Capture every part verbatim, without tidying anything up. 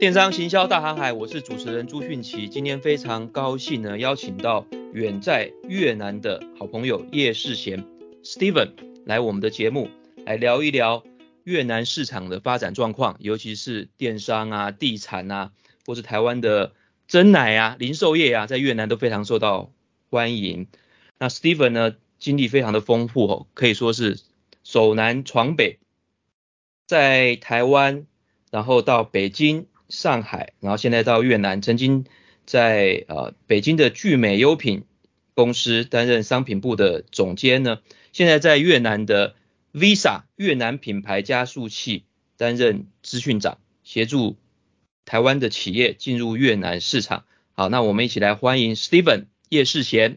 电商行销大航海，我是主持人朱迅奇。今天非常高兴呢，邀请到远在越南的好朋友叶世贤 Steven 来我们的节目，来聊一聊越南市场的发展状况，尤其是电商啊、地产啊，或是台湾的珍奶啊、零售业啊，在越南都非常受到欢迎。那 Steven 呢，经历非常的丰富哦，可以说是守南闯北，在台湾，然后到北京、上海，然后现在到越南，曾经在呃北京的聚美优品公司担任商品部的总监呢，现在在越南的 Visa 越南品牌加速器担任资讯长，协助台湾的企业进入越南市场。好，那我们一起来欢迎 Steven 叶世贤。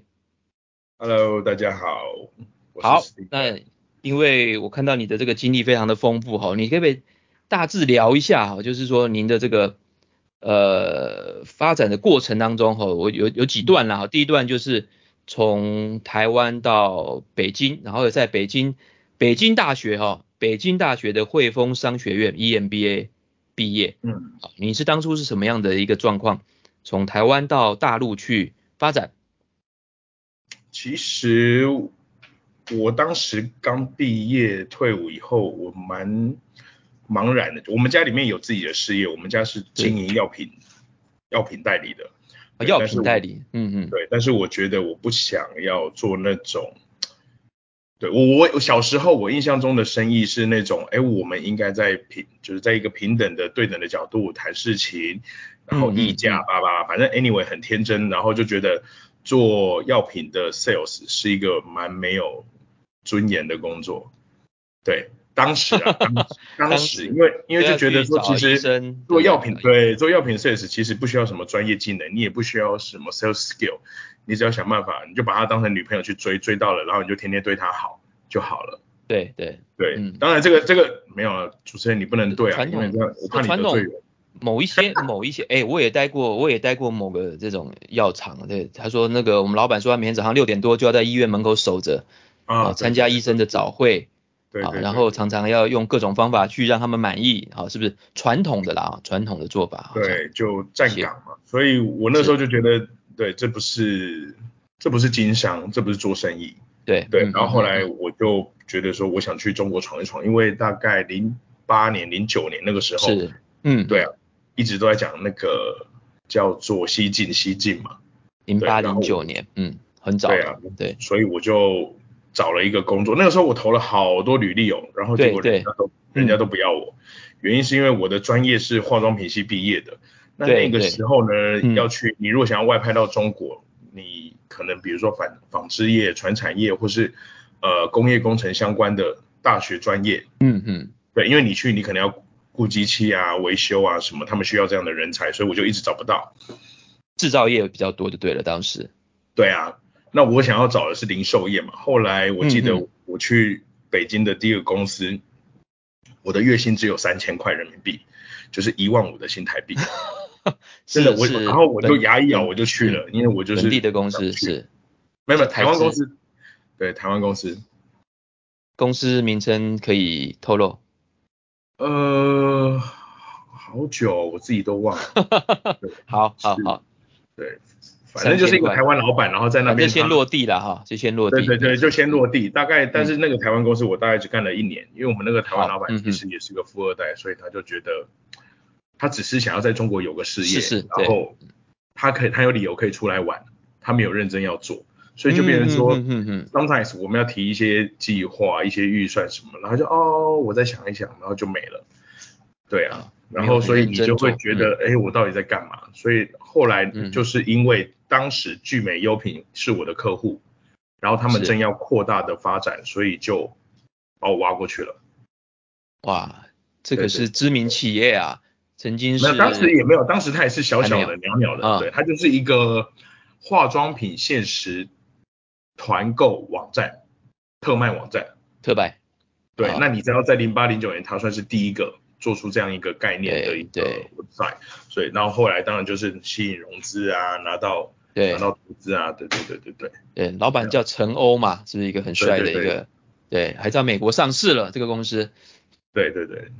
Hello， 大家好，我是好， Steven。 那因为我看到你的这个经历非常的丰富哈，你可不可以大致聊一下哈，就是说您的这个呃发展的过程当中哈，我有有几段啦，第一段就是从台湾到北京，然后在北京北京大学哈，北京大学的汇丰商学院 E M B A 毕业， 嗯， 你是当初是什么样的一个状况，从台湾到大陆去发展？ 其实我当时刚毕业退伍以后，我蛮茫然的。我们家里面有自己的事业，我们家是经营药品药品代理的，对， 药但是我品代理，嗯嗯， 对，但是我觉得我不想要做那种。对，我我我小时候我印象中的生意是那种，哎，我们应该在平，就是在一个平等的对等的角度谈事情，然后议价叭叭，反正 anyway 很天真，然后就觉得做药品的 sales 是一个蛮没有尊严的工作。对，当时啊，当时当时，因为因为就觉得说，其实做药品，对，做药品 sales 其实不需要什么专业技能，你也不需要什么 sales skill。你只要想办法，你就把她当成女朋友去追，追到了，然后你就天天对她好就好了。 对对对，嗯，当然这个这个没有啊，主持人你不能对啊，因为我怕你得罪人。 某一些某一些，哎、欸，我也待过，我也待过某个这种药厂，对，他说那个我们老板说他每天早上六点多就要在医院门口守着，啊，参加医生的早会， 对对， 然后常常要用各种方法去让他们满意，啊，是不是传统的啦？传统的做法， 对，就站岗嘛，所以我那时候就觉得，对，这不是这不是经商，这不是做生意， 对对，然后后来我就觉得说，我想去中国闯一闯，因为大概零八年、零九年那个时候， 是，嗯， 对啊，一直都在讲那个叫做西进西进嘛， 零八零九年，嗯，很早， 对啊， 对， 所以我就找了一个工作，那个时候我投了好多履历哦，然后结果人家都人家都不要我，原因是因为我的专业是化妆品系毕业的，那那个时候呢，要去你如果想要外派到中国，你可能比如说纺纺织业、传产业或是呃工业工程相关的大学专业， 嗯嗯， 对，因为你去你可能要顾机器啊、维修啊什么，他们需要这样的人才，所以我就一直找不到。 制造业比较多就对了，当时。 对啊，那我想要找的是零售业嘛。后来我记得我去北京的第一个公司，嗯、我的月薪只有三千块人民币，就是一万五的新台币。真的，我然后我就牙一咬我就去了，因为我就是本地的公司是， 没有台湾公司，对台湾公司。 公司名称可以透露？ 呃，好久我自己都忘了。 好好好， 对。反正就是一个台湾老板，然后在那边就先落地了哈，就先落地。 对对对，就先落地。大概，但是那个台湾公司我大概只干了一年，因为我们那个台湾老板其实也是个富二代，所以他就觉得他只是想要在中国有个事业，然后他可以他有理由可以出来玩，他没有认真要做，所以就变成说，sometimes 我们要提一些计划、一些预算什么，然后就哦，我再想一想，然后就没了。对啊，然后所以你就会觉得，哎，我到底在干嘛？所以后来就是因为当时聚美优品是我的客户，然后他们正要扩大的发展，所以就把我挖过去了。 哇，这个是知名企业啊，曾经是没有，当时也没有，当时它也是小小的、袅袅的， 啊、 对，它就是一个化妆品限时团购网站、特卖网站。 特卖。 对，那你知道在零八零九年，它算是第一个做出这样一个概念的一个 website，所以然后后来当然就是吸引融资啊，拿到拿到投资啊，对对对对对。 对，老板叫陈欧嘛，是不是一个很帅的一个？对，还在美国上市了这个公司。 对对对。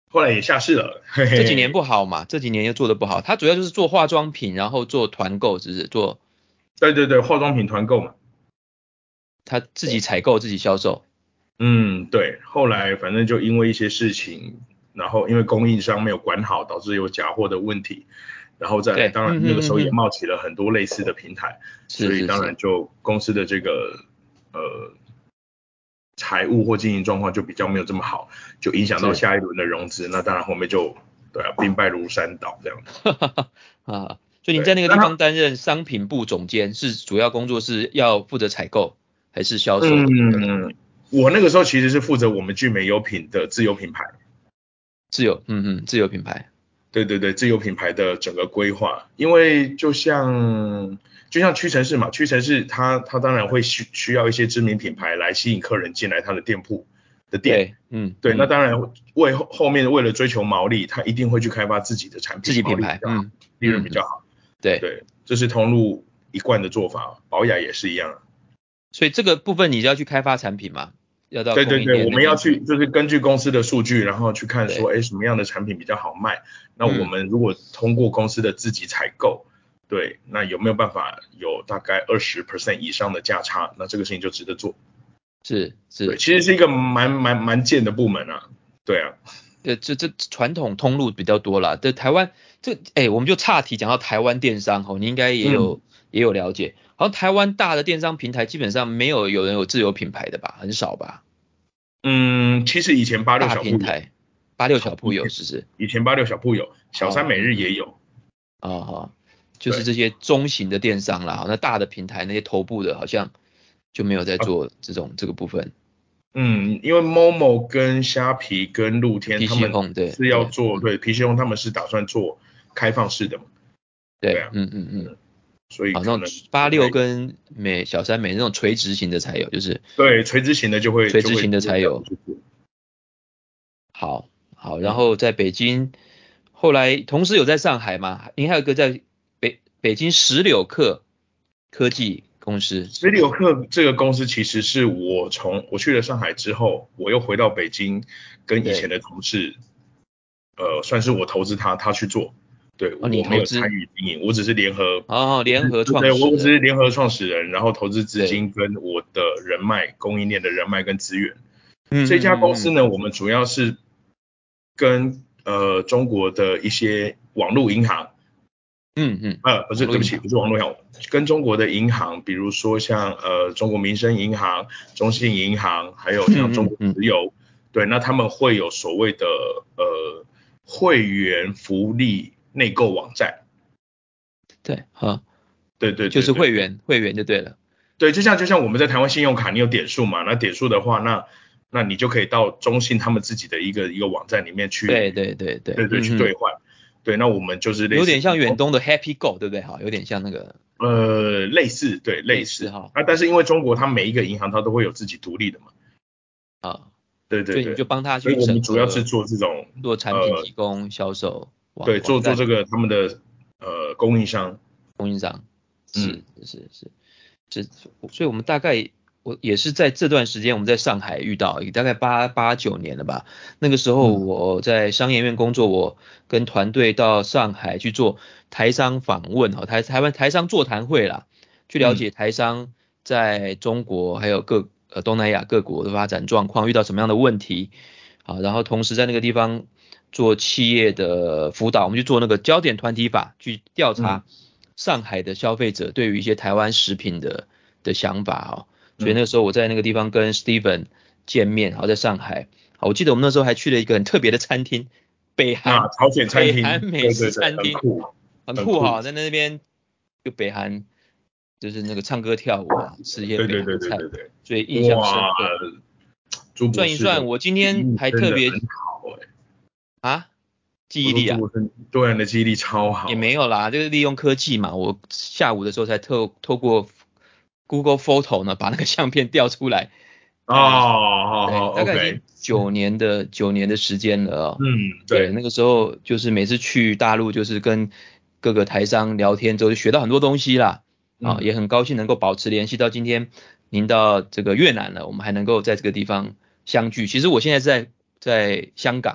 后来也下市了，嘿嘿。 这几年不好嘛，这几年又做的不好。它主要就是做化妆品，然后做团购，只是做。 对对对，化妆品团购嘛。 他自己采购自己销售。 嗯，对，后来反正就因为一些事情，然后因为供应商没有管好，导致有假货的问题，然后再来， 对， 当然嗯那个时候也哼嗯哼， 冒起了很多类似的平台，所以当然是是是就公司的这个呃财务或经营状况就比较没有这么好，就影响到是， 下一轮的融资，那当然后面就对啊兵败如山倒这样。 啊，所以您在对， 那个地那他方担任商品部总监，是主要工作是要负责采购还是销售的部分？ 嗯，我那个时候其实是负责我们聚美优品的自有品牌。 自有，嗯嗯，自有品牌。 对对对，自有品牌的整个规划，因为就像就像屈臣氏嘛，屈臣氏它它当然会需需要一些知名品牌来吸引客人进来它的店铺的店。 对，嗯对，那嗯， 当然为后后面为了追求毛利，它一定会去开发自己的产品， 自己品牌， 毛利比较好， 嗯利润嗯嗯， 比较好。 对。 对，这是通路一贯的做法，宝雅也是一样。 所以这个部分你就要去开发产品嘛，要到供应对对对，我们要链那边去。 去就是根据公司的数据，然后去看说， 对， 哎，什么样的产品比较好卖。那我嗯， 们如果通过公司的自己采购，对，那有没有办法有大概二十 percent 以上的价差？那这个事情就值得做。对， 是是。 其实是一个蛮蛮蛮贱的部门啊。对啊。 呃，这这传统通路比较多啦。这台湾这，哎，我们就岔题讲到台湾电商吼，你应该也嗯有也有了解。好像台湾大的电商平台基本上没有有人有自有品牌的吧，很少吧。 嗯，其实以前八六大小铺有， 平台，八六小铺以前有是不是？ 以前八六小铺有，小三好， 每嗯嗯， 日也有。 哦好，就是对这些中型的电商啦。好，那大的平台那些头部的，好像就没有在啊， 做这种这个部分。 嗯，因为 Momo 跟虾皮跟露天他 P C 们 Home，对是要对， 做， 嗯对，皮西用他们是打算做开放式的嘛。对对， 啊。 嗯嗯嗯。 嗯，所以好，那可能八六不太有。 跟美小三美那种垂直型的才有，就是对，垂直型的就会就会垂直型的就会这样才有。 去做。 好，好，然嗯， 后在北京，后来同时有在上海嘛，您还有一个在北北京石榴客科技公司。 十六氪这个公司其实是我从我去了上海之后，我又回到北京，跟以前对， 的同事，呃，算是我投资他，他去做。对， 哦，你我没有参投资， 与经营，我只是联合， 哦， 我联合只对我我只创始人。 是联合创始人，然后投资资对， 金跟我的人脉、供应链的人脉跟资源。 嗯这家公嗯嗯司呢，我们主要是跟呃中国的一些网络银行， 嗯嗯嗯， 呃，不是，对不起， 网络银行。 不是网络银行，跟中国的银行，比如说像呃中国民生银行、中信银行，还有像中国嗯嗯嗯， 石油。对，那他们会有所谓的呃会员福利内购网站。 对，好， 对对就是对对对会员，会员就对了。 对，就像就像我们在台湾信用卡，你有点数嘛？那点数的话，那那你就可以到中信他们自己的一个一个网站里面对去， 对对对， 对对， 嗯嗯， 去兑换。对，那我们就是类有点似像远东的 Happy Go，对不对？好，有点像那个呃，类似，对，类似。 类似哈。 啊，但是因为中国它每一个银行它都会有自己独立的嘛。 啊， 对对对， 所以你就帮他去所以我们主要是整合做这种， 做产品呃， 提供、销售、网对，做做网站这个他们的呃供应商。 供应商。 嗯是是是是，所以我们大概我也是在这段时间我们在上海遇到，大概八八九年了吧。那个时候嗯我在商研院工作，我跟团队到上海去做台商访问哈，台台湾台商座谈会啦，去了嗯解台商在中国还有各呃东南亚各国的发展状况，遇到什么样的问题。好，然后同时在那个地方做企业的辅导，我们去做那个焦点团体法，去调嗯查上海的消费者对于一些台湾食品的的想法哦。所以那嗯， 个时候我在那个地方跟 Steven 见面，好在上海。好，我记得我们那时候还去了一个很特别的餐厅，北韩那朝鲜餐北韩厅， 美食对对对， 餐厅， 很酷，很酷。 很酷哈，在那边就北韩就是那个唱歌跳舞啊，吃一些对对对北韩菜， 对对对， 所以印象深哇， 刻。 朱博士的算一算，我今记天忆真的很还特别好哎。 啊，记我忆力啊。 说朱博士对人的记忆力超也好哎。 没有啦，就是利用科技嘛。我下午的时候才透透过 Google Photo 呢，把那个相片调出来哦， 看了一下。对， 好好大概已经 ，OK。 九年的九年的时间了哦。 嗯， 对， 对。 那个时候就是每次去大陆，就是跟各个台商聊天之后，就学到很多东西啦。啊， 嗯也很高兴能够保持联系到今天。您到这个越南了，我们还能够在这个地方相聚。其实我现在在在香港。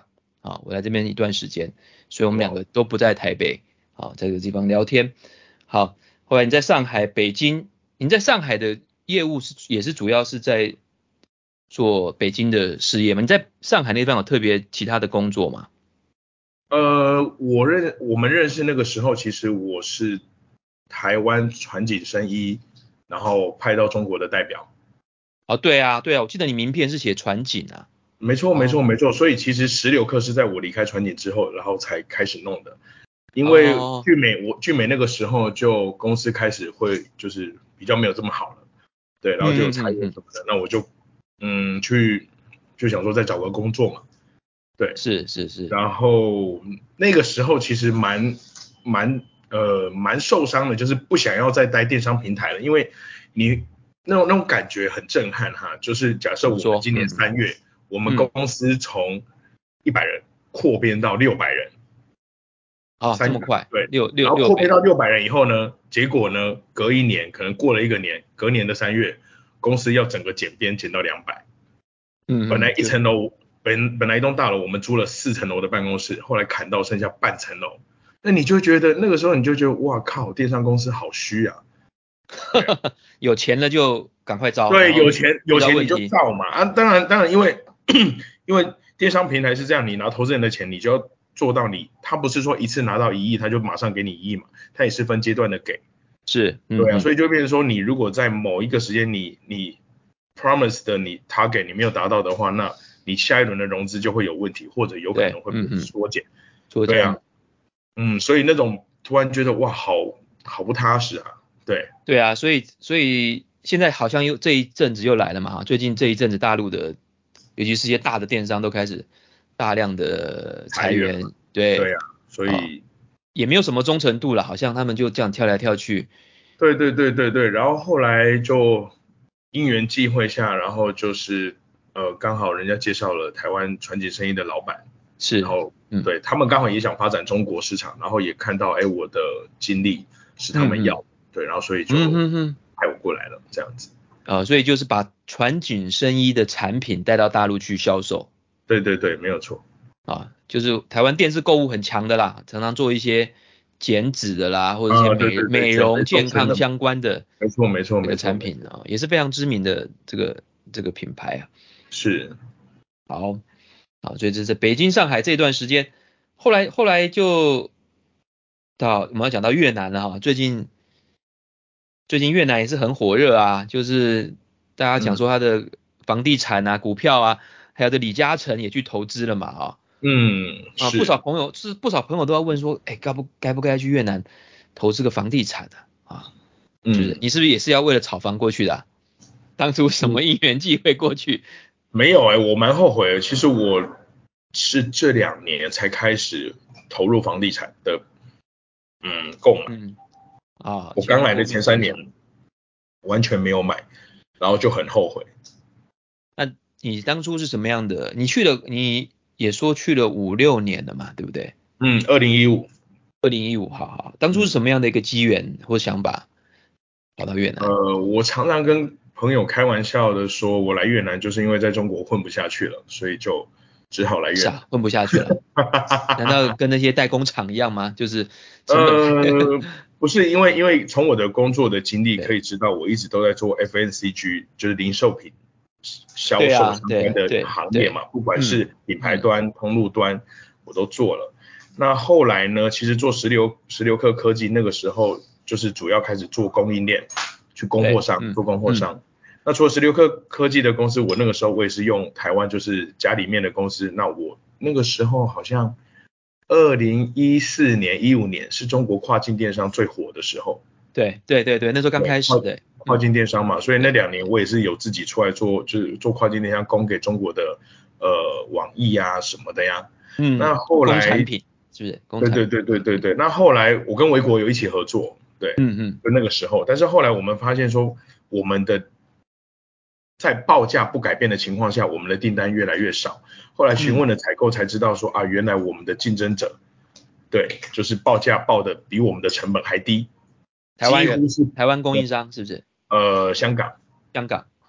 啊，我来这边一段时间，所以我们两个都不在台北，好，在这个地方聊天。好，后来你在上海、北京，你在上海的业务是也是主要是在做北京的事业吗？你在上海那地方有特别其他的工作吗？ 呃，我认我们认识那个时候，其实我是台湾传景生医，然后派到中国的代表。 哦，对啊，对啊，我记得你名片是写传景啊。 没错，没错， 哦没错。所以其实十流课是在我离开传景之后，然后才开始弄的。因为哦， 聚美，我聚美那个时候就公司开始会就是比较没有这么好了，对，然后就有裁嗯嗯嗯嗯， 员什么的，那我就嗯去就想说再找个工作嘛，对， 是是是， 然后那个时候其实蛮蛮呃蛮受伤的，就是不想要再待电商平台了，因为你那种那种感觉很震撼哈，就是假设怎么说？ 我们今年嗯嗯三月，我们嗯， 公司从一百人扩编到六百人。 哦，这三月， 么快， 对， 六六然后扩编六倍， 到六百人以后呢，结果呢，隔一年，可能过了一个年，隔年的三月，公司要整个减编减到两百，本来嗯嗯， 一就层楼，本本来一栋大楼，我们租了四层楼的办公室，后来砍到剩下半层楼，那你就觉得那个时候你就觉得哇靠，电商公司好虚啊，对啊， 有钱了就赶快招，然对，有后遇钱有钱你就到问题， 造嘛，啊，当然当然，因为因为电商平台是这样，你拿投资人的钱，你就要做到你，他不是说一次拿到一亿他就马上给你一亿嘛，他也是分阶段的给。 是，嗯对啊， 嗯， 所以就变成说，你如果在某一个时间你你 promise 的你 target 你没有达到的话，那你下一轮的融资就会有问题，或者有可对， 能会被嗯嗯， 缩减。 作家， 对啊，嗯，所以那种突然觉得哇，好好不踏实啊。对， 对啊，所以所以现在好像又这一阵子又来了嘛，最近这一阵子大陆的，尤其是一些大的电商都开始大量的裁员嘛。 裁员，对， 对啊，所啊， 以也没有什么忠诚度了，好像他们就这样跳来跳去， 对对对对对，然后后来就因缘际会下，然后就是呃刚好人家介绍了台湾传奇生意的老板。然是， 后嗯对他们刚好也想发展中国市场，然后也看到哎我的经历是他嗯嗯们要，对，然后所以嗯就嗯嗯。 派我过来了这样子。 啊，所以就是把传景生医的产品带到大陆去销售对对对，没有错。 啊，就是台湾电视购物很强的啦，常常做一些减脂的啦，或者一些啊，对对对， 美美减肥容健康瘦身的， 相关的没错没错这个没错产品啊， 没错， 也是非常知名的这个这个品牌啊。 是。 好，好，所以这是北京、上海这段时间，后来后来就到我们要讲到越南了哈，最近最近越南也是很火热啊，就是大家讲嗯说它的房地产啊、股票啊，还有这李嘉诚也去投资了嘛啊嗯啊，不少是。 朋友是不少朋友都要问说，哎，该不该不该去越南投资个房地产啊？啊，就是嗯你是不是也是要为了炒房过去的啊？当初什嗯， 么因缘际会过去？ 没有哎、我蛮后悔的。其实我是这两年才开始投入房地产的，嗯，购买。 嗯啊， 我刚来的前面都没前三年接触。 完全没有买，然后就很后悔。 那你当初是什么样的？你去了，你也说去了五六年了嘛，对不对？ 嗯，二零一五。 二零一五，好好，当初是嗯， 什么样的一个机缘或想法跑到越南？ 呃，我常常跟朋友开玩笑的说，我来越南就是因为在中国混不下去了，所以就只好来越南。 是啊，混不下去了。难道跟那些代工厂一样吗？就是成本太呃，不是，因为因为从我的工作的经历可对以知道，我一直都在做 F N C G，就是零售品销对啊， 售相关对的对对， 行业嘛，不管嗯是品牌嗯， 端、通路端，我都做了。那后来呢，其实做石流石流科科技那个时候，就是主要开始做供应链，去供货对， 商嗯做供货嗯商。那除了石流科科技的公司，我那个时候我也是用台湾就是家里面的公司，那我那个时候好像二零一四年、一五年是中国跨境电商最火的时候， 对对对对，那时候刚对，跨开始，对， 跨嗯境电商嘛，所以那对， 两年我也是有自己出来做，就是做跨境电商，供给中国的呃网易啊什么的呀。那嗯，工产后来， 品是不是？工产品， 对对对对对对，那后来我跟维国有一起合作，对， 嗯嗯就那个时候，但是后来我们发现说，我们的在报价不改变的情况下，我们的订单越来越少。后来询嗯， 问了采购才知道说啊，原来我们的竞争者，对，就是报价报的比我们的成本还低， 台湾人， 几乎是台湾供应商是不是？ 呃香港。 香港啊，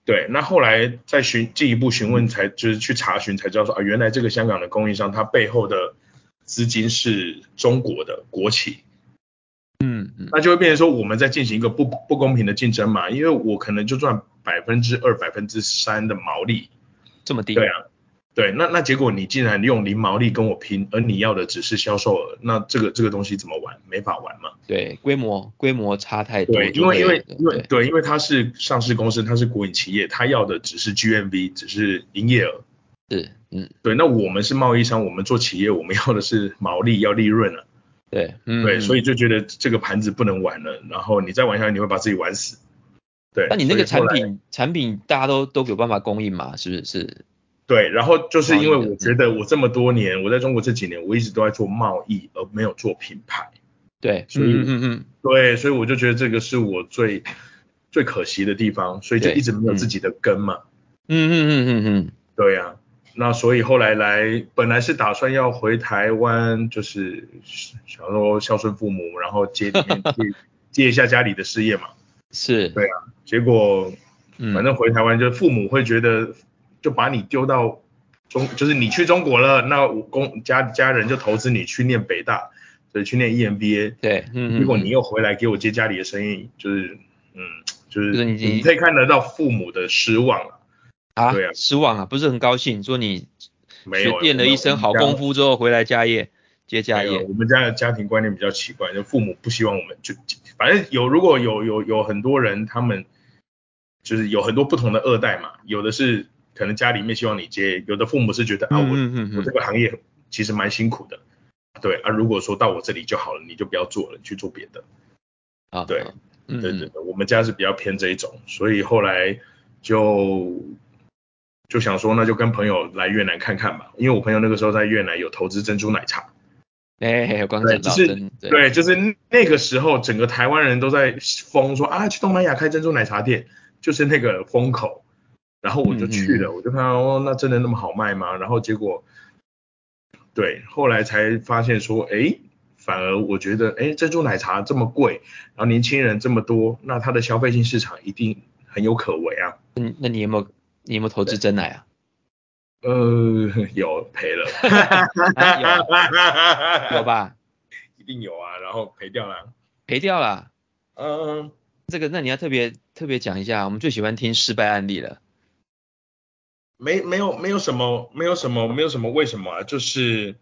对，那后来再询进一步询问才就是去查询才知道说啊，原来这个香港的供应商它背后的资金是中国的国企。 嗯嗯， 那就会变成说我们在进行一个不不公平的竞争嘛，因为我可能就赚百分之二、百分之三的毛利， 这么低？ 对啊，对，那那结果你竟然用零毛利跟我拼，而你要的只是销售额，那这个这个东西怎么玩？没法玩嘛。 对，规模规模差太多对，因就会， 为因为因为对对，因为它是上市公司，它是国营企业，它要的只是 G M V，只是营业额。 是，嗯， 对，那我们是贸易商，我们做企业，我们要的是毛利，要利润啊。 对，嗯对，所以嗯。 就觉得这个盘子不能玩了，然后你再玩下去，你会把自己玩死。对， 那你那个所以后来产品产品大家都都有办法供应嘛？是不是？是对，然后就是因为贸易的，嗯， 我觉得我这么多年，我在中国这几年，我一直都在做贸易，而没有做品牌， 对， 所以嗯嗯嗯嗯， 对，所以我就觉得这个是我最最可惜的地方，所以就一对， 直没有自嗯己的根嘛。 嗯嗯嗯嗯嗯， 对呀、那所以后来来，本来是打算要回台湾，就是想说孝顺父母，然后接里面接接一下家里的事业嘛。 是， 对啊，结果反嗯， 正回台湾就父母会觉得，就把你丢到中，就是你去中国了，那我公家家人就投资你去念北大，所以去念 E M B A， 对，嗯结果你嗯嗯， 又回来给我接家里的生意，就是嗯，就是就是你你可你以看得到父母的失望啊。 啊对啊， 失望啊，不是很高兴，说你学没有哎、我们练了一身好我们家功夫之后回来家业接家没有， 业， 我们家的家庭观念比较奇怪，就父母不希望我们就，反正有如果有有有很多人，他们就是有很多不同的二代嘛，有的是可能家里面希望你接，有的父母是觉得啊我嗯嗯嗯我这嗯， 个行业其实蛮辛苦的，对啊，如果说到我这里就好了，你就不要做了，你去做别的，对啊啊，嗯嗯， 对对对，我们家是比较偏这一种，所以后来就就想说那就跟朋友来越南看看吧，因为我朋友那个时候在越南有投资珍珠奶茶。 哎，我刚刚对， 讲到就是真对， 对，就是那个时候，整个台湾人都在疯说啊，去东南亚开珍珠奶茶店，就是那个风口。然后我就嗯嗯嗯， 去了，我就看到哦，那真的那么好卖吗？然后结果，对，后来才发现说，哎，反而我觉得，哎，珍珠奶茶这么贵，然后年轻人这么多，那它的消费性市场一定很有可为啊。 嗯，那你有没有你有没有投资对， 真奶啊？ 呃，有赔了， 啊，有啊，有吧？ 一定有啊，然后赔掉了。 赔掉了。 嗯， 这个，那你要特别特别讲一下，我们最喜欢听失败案例了， 没没有没有什么没有什么没有什么为什么啊，就是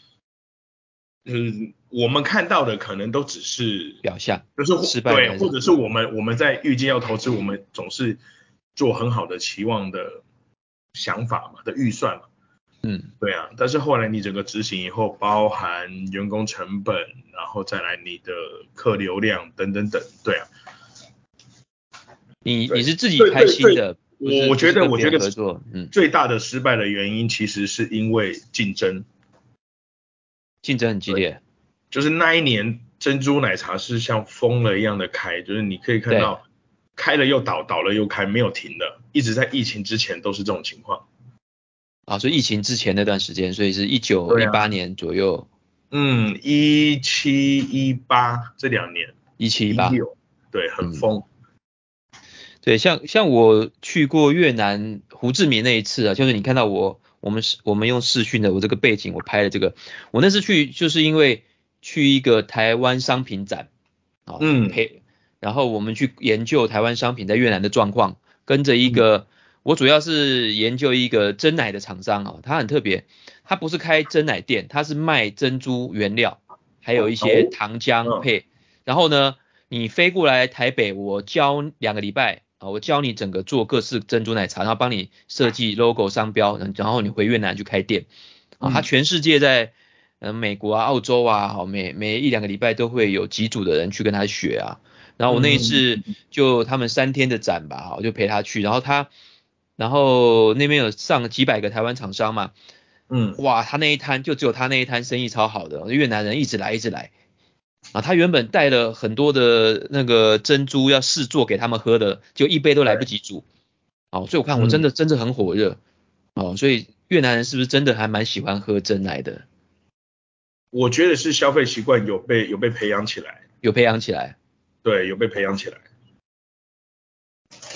就是我们看到的可能都只是表象， 就是对， 失败的还是或者是我们我们在预计要投资，我们总是做很好的期望的想法嘛的预算嘛， 嗯， 对啊，但是后来你整个执行以后，包含员工成本，然后再来你的客流量等等等，对啊， 你你对是自己对对对， 开心的，不是我觉不是跟别人得我觉得合作，嗯， 最大的失败的原因其实是因为竞争。 竞争很激对。 烈， 就是那一年珍珠奶茶是像疯了一样的开，就是你可以看对， 到开了又倒，倒了又开，没有停的，一直在疫情之前都是这种情况。 啊，所以疫情之前那段时间，所以是一九对啊， 一八年左右， 嗯，一七一八这两年， 一七一八， 一六，对，很嗯， 疯。 对，像像我去过越南胡志明那一次啊，就是你看到我我们是我们用视讯的我这个背景，我拍的这个，我那次去就是因为去一个台湾商品展。哦， 嗯陪，然后我们去研究台湾商品在越南的状况，跟着一嗯， 个，我主要是研究一个真奶的厂商哦，他很特别，他不是开真奶店，他是卖珍珠原料，还有一些哦， 糖浆嗯配，然后呢，你飞过来台北，我教两个礼拜啊，我教你整个做各式珍珠奶茶，然后帮你设计 logo 商标，然后你回越南去开店，啊，他嗯全世界在。嗯，美国啊、澳洲啊，好，每每一两个礼拜都会有几组的人去跟他学啊。然后我那一次嗯嗯就他们三天的展吧，我就陪他去。然后他，然后那边有上几百个台湾厂商嘛， 嗯， 哇，他那一摊就只有他那一摊生意超好的，越南人一直来一直来。啊，他原本带了很多的那个珍珠要试做给他们喝的，就一杯都来不对， 及煮。哦，所以我看我真嗯， 的真的很火热。哦，所以越南人是不是真的还蛮喜欢喝真奶的？ 我觉得是消费习惯有被有被培养起来， 有培养起来。 对，有被培养起来。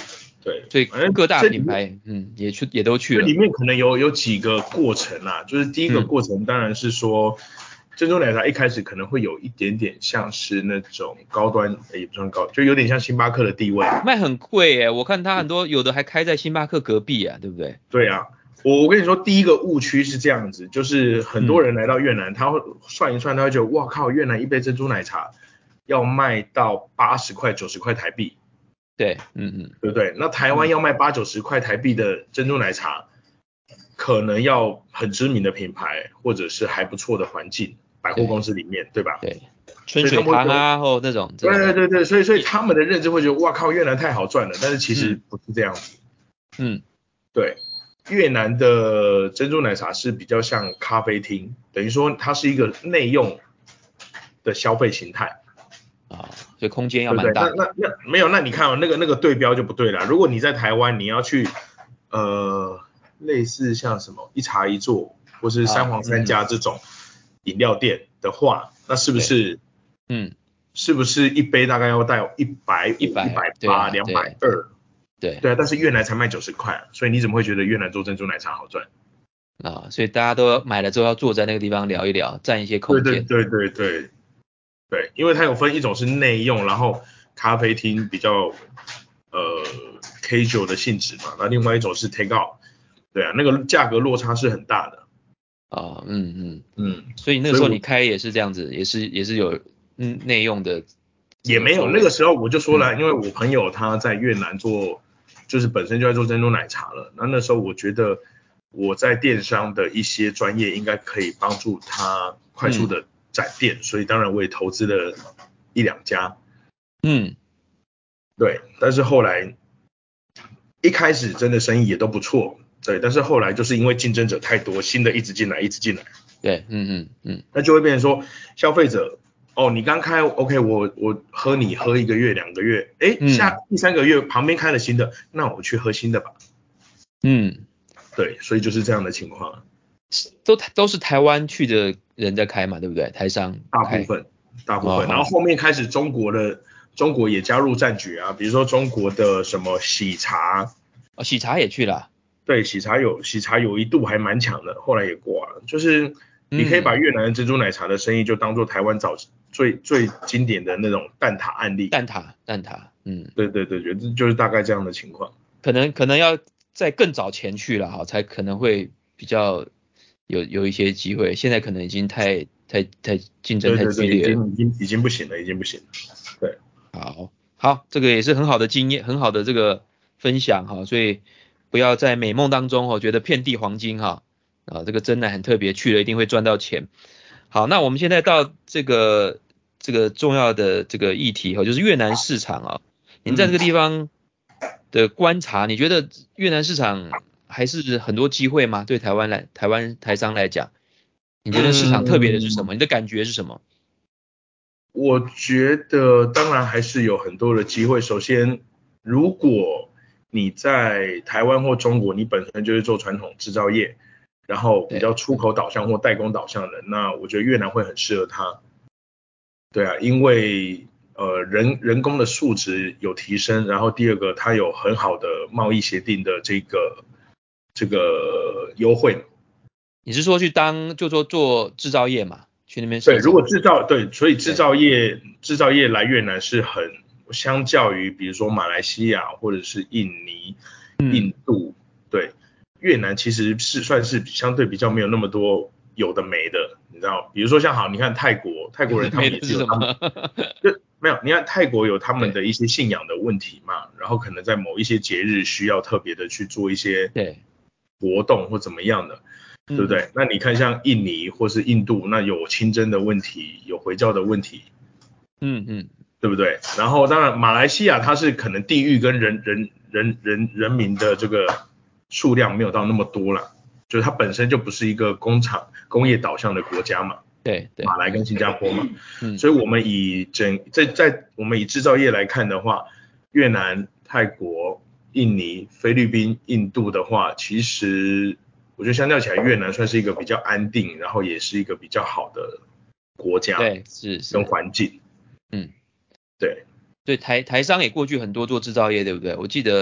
对， 所以反正各大这里品牌嗯也去也都去了。 这里面可能有有几个过程啊，就是第一个嗯过程当然是说。珍珠奶茶一开始可能会有一点点像是那种高端，也不算高，就有点像星巴克的地位。 卖很贵耶，我看它很多有的还开在星巴克隔壁啊，对不对？ 对啊，我我跟你说，第一个误区是这样子，就是很多人来到越南，他会算一算，他会觉得哇靠，越南一杯珍珠奶茶要卖到八十块、九十块台币， 对，嗯嗯， 对不对？那台湾要卖八九十块台币的珍珠奶茶，可能要很知名的品牌，或者是还不错的环境，百货公司里面，对吧？ 对，春水堂啊，或那种， 对对对对，所以所以他们的认知会觉得哇靠，越南太好赚了，但是其实不是这样子。 嗯， 对，越南的珍珠奶茶是比较像咖啡厅，等于说它是一个内用的消费形态啊，所以空间要对不对？ 蛮大的。 那那那没有，那你看哦，那个那个对标就不对了。如果你在台湾，你要去呃类似像什么一茶一座或是三皇三家这种饮料店的话，那是不是嗯， 是不是一杯大概要带一百五、一百八、两百二？ 对对啊，但是越南才卖九十块，所以你怎么会觉得越南做珍珠奶茶好赚？ 啊，所以大家都买了之后要坐在那个地方聊一聊，占一些空间。 对对对对对对，因为它有分一种是内用，然后咖啡厅比较呃 casual 的性质嘛，那另外一种是 take out， 对啊，那个价格落差是很大的。 啊，嗯嗯嗯， 所以那个时候你开也是这样子，也是也是有嗯内用的。 也没有，那个时候我就说了，因为我朋友他在越南做，就是本身就在做珍珠奶茶了，那那时候我觉得我在电商的一些专业应该可以帮助他快速的展店，嗯、所以当然我也投资了一两家。 嗯， 对，但是后来一开始真的生意也都不错，对，但是后来就是因为竞争者太多，新的一直进来，一直进来， 对，嗯嗯嗯， 那就会变成说消费者。哦，你刚开 ，OK， 我我喝你喝一个月两个月，哎，下第三个月旁边开了新的，那我去喝新的吧。 嗯， 对，所以就是这样的情况。 都都是台湾去的人在开嘛，对不对？台商大部分，大部分，然后后面开始中国的中国也加入战局啊，比如说中国的什么喜茶， 哦，喜茶也去了。 对，喜茶有喜茶有一度还蛮强的，后来也挂了。就是你可以把越南的珍珠奶茶的生意就当做台湾早最最经典的那种蛋挞案例。 蛋挞，蛋挞，嗯， 对对对对，就是大概这样的情况。 可能可能要在更早前去了哈，才可能会比较有有一些机会。现在可能已经太太太竞争太激烈了。 对对对，已经已经已经不行了，已经不行了。对， 好，好，这个也是很好的经验，很好的这个分享哈，所以不要在美梦当中哈觉得遍地黄金哈，啊，这个真奶很特别，去了一定会赚到钱。好，那我们现在到这个这个重要的这个议题哈，就是越南市场啊，您在这个地方的观察，你觉得越南市场还是很多机会吗？对台湾来，台湾台商来讲，你觉得市场特别的是什么？ 嗯， 你的感觉是什么？ 我觉得当然还是有很多的机会。首先，如果你在台湾或中国，你本身就是做传统制造业，然后比较出口导向或代工导向的，那我觉得越南会很适合它。对啊，因为呃人人工的素质有提升，然后第二个它有很好的贸易协定的这个这个优惠。 你是说去当就说做制造业嘛，去那边对， 生产？ 如果制造对，所以制造业制造业来越南是很相较于比如说马来西亚或者是印尼、印度，对，越南其实是算是相对比较没有那么多有的没的，你知道，比如说像好，你看泰国，泰国人他们也是有他们，就没有，你看泰国有他们的一些信仰的问题嘛，然后可能在某一些节日需要特别的去做一些活动或怎么样的。对不对？嗯、那你看像印尼或是印度，那有清真的问题，有回教的问题， 嗯嗯， 对不对？然后当然马来西亚它是可能地域跟人人人人人民的这个数量没有到那么多了，就是它本身就不是一个工厂工业导向的国家嘛， 对对， 马来跟新加坡嘛， 嗯， 所以我们以整在在我们以制造业来看的话，越南、泰国、印尼、菲律宾、印度的话，其实我觉得相较起来，越南算是一个比较安定，然后也是一个比较好的国家， 对，是是， 跟环境， 嗯， 对， 对台台商也过去很多做制造业，对不对？我记得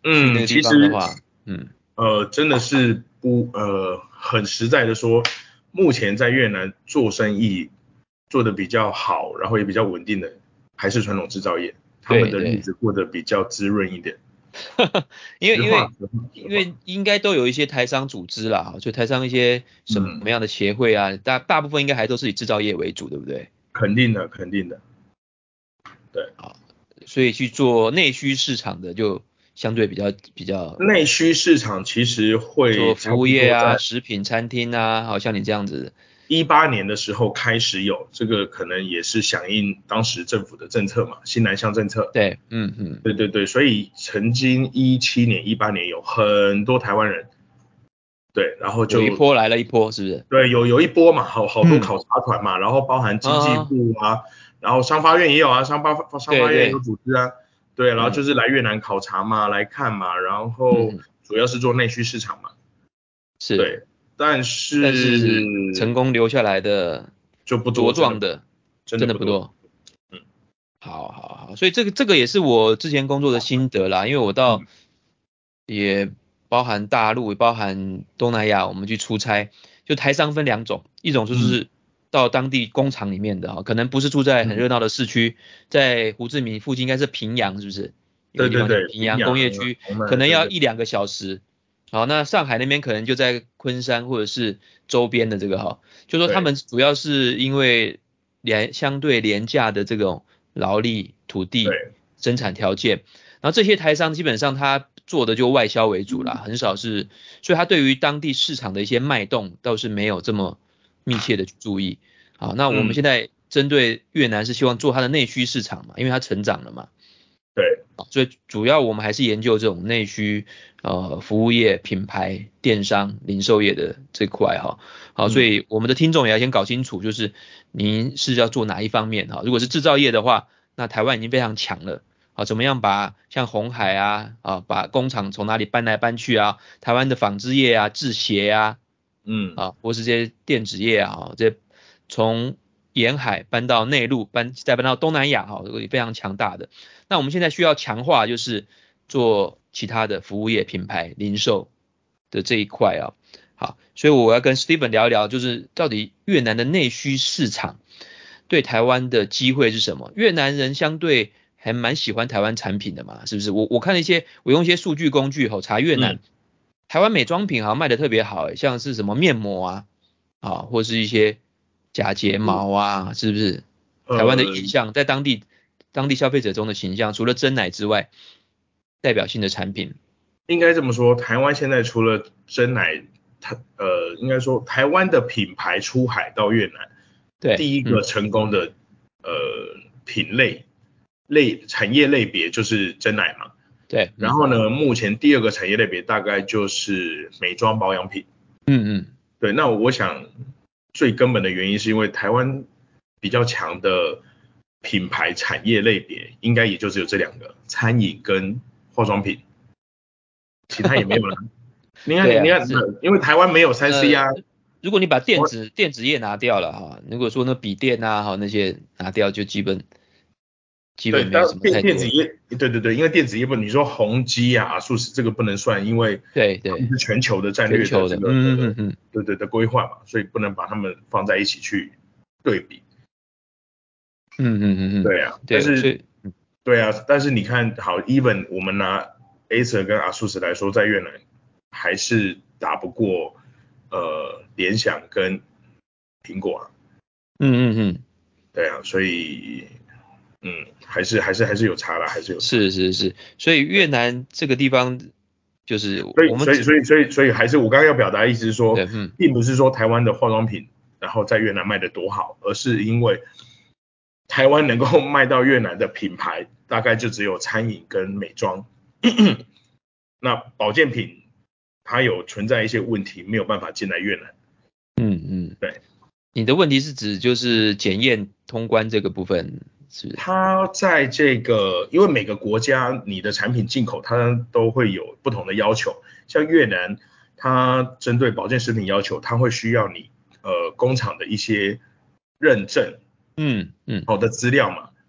嗯， 去那个地其实方的话，嗯， 呃真的是不呃很实在的说，目前在越南做生意做的比较好，然后也比较稳定的，还是传统制造业，他们的日对对。 子过得比较滋润一点。 因为因为实话实话实话， 因为应该都有一些台商组织啦，就台商一些什嗯， 么样的协会啊，大大部分应该还都是以制造业为主，对不对？ 肯定的肯定的，对。 好，所以去做内需市场的就相对比较比较内需市场其实会差做服务不多在业啊、食品餐厅啊，好像你这样子， 一八年的时候开始有，这个可能也是响应当时政府的政策嘛，新南向政策。 对，嗯嗯， 对对对，所以曾经一七年、一八年有很多台湾人，对，然后有一就波来了一波，是不是？ 对有有一波嘛，好好多嗯， 考察团嘛，然后包含经济啊， 部啊，然后商发院也有啊，商发商发院也有对对， 组织啊，对，然后嗯就是来越南考察嘛，来看嘛，然后嗯嗯， 主要是做内需市场嘛。 是， 对，但但是成是功留下来的就不多，真的不多， 茁壮的真的不多。 真的不多。 嗯好好好，所以这个这个也是我之前工作的心得啦，因为我到嗯也包含大陆，也包含东南亚，我们去出差，就台商分两种，一种就嗯是到当地工厂里面的哈，可能不是住在很嗯， 热闹的市区，在胡志明附近应该是平阳，是不是？有个地方叫对对对， 平阳平阳、 工业区，可洪南， 能对对， 要一两个小时。好，那上海那边可能就在昆山或者是周边的这个哈，就说他对们主要是因为廉相对廉价的这种劳力、土地、 对， 生产条件，然后这些台商基本上他做的就外销为主啦，很少是，所以他对于当地市场的一些脉动倒是没有这么密切的去注意。好，那我们嗯现在针对越南是希望做它的内需市场嘛，因为它成长了嘛。 对， 所以主要我们还是研究这种内需、呃服务业、品牌、电商、零售业的这块哈。好，所嗯以我们的听众也要先搞清楚，就是您是要做哪一方面哈。如果是制造业的话，那台湾已经非常强了。好，怎么样把像红海啊啊，把工厂从哪里搬来搬去啊？台湾的纺织业啊、制鞋啊嗯啊，或是这些电子业啊，这些从沿海搬到内陆，搬再搬到东南亚哈，这个也非常强大的。那我们现在需要强化，就是做其他的服务业品牌零售的这一块啊。好，所以我要跟 Steven 聊一聊，就是到底越南的内需市场对台湾的机会是什么？越南人相对还蛮喜欢台湾产品的嘛，是不是？我我看了一些，我用一些数据工具吼查越嗯， 南，台湾美妆品好像卖的特别好，像是什么面膜啊，啊，或是一些假睫毛啊，是不是？台湾的呃， 印象在当地当地消费者中的形象，除了真奶之外，代表性的产品， 应该这么说，台湾现在除了真奶，它呃，应该说台湾的品牌出海到越南， 对， 第一个嗯， 成功的呃品类类产业类别就是真奶嘛。 对，嗯然后呢，目前第二个产业类别大概就是美妆保养品。 嗯嗯， 对，那我想最根本的原因是因为台湾比较强的品牌产业类别，应该也就只有这两个，餐饮跟化妆品，其他也没有了。你看， 对啊， 你看， 是， 因为台湾没有三 C 呃， 啊， 如果你把电我子电子业拿掉了哈，如果说那笔电啊哈那些拿掉，就基本基对， 本没有什么当电太多， 电子业，对对对，因为电子业不，你说宏基啊、数十这个不能算，因为对对， 他们是全球的战略的全球的， 这个呃， 嗯嗯嗯， 对对的规划嘛，所以不能把它们放在一起去对比。 嗯嗯嗯嗯， 对啊，但对，所是以对啊，但是你看好，even 我们拿 Acer 跟 ASUS 来说，在越南还是打不过呃联想跟苹果啊。 嗯嗯嗯。 对啊，所以嗯，还是还是还是有差啦，还是有差。 是是是，所以越南这个地方就是所以我们只所以所以所以所以还是我刚刚要表达的意思是说， 对，嗯并不是说台湾的化妆品然后在越南卖的多好，而是因为台湾能够卖到越南的品牌，大概就只有餐饮跟美妆。那保健品它有存在一些问题，没有办法进来越南。 嗯嗯， 对， 你的问题是指就是检验通关这个部分是不是？ 它在这个，因为每个国家你的产品进口，它都会有不同的要求。像越南，它针对保健食品要求，它会需要你呃工厂的一些认证嗯嗯， 好的资料嘛。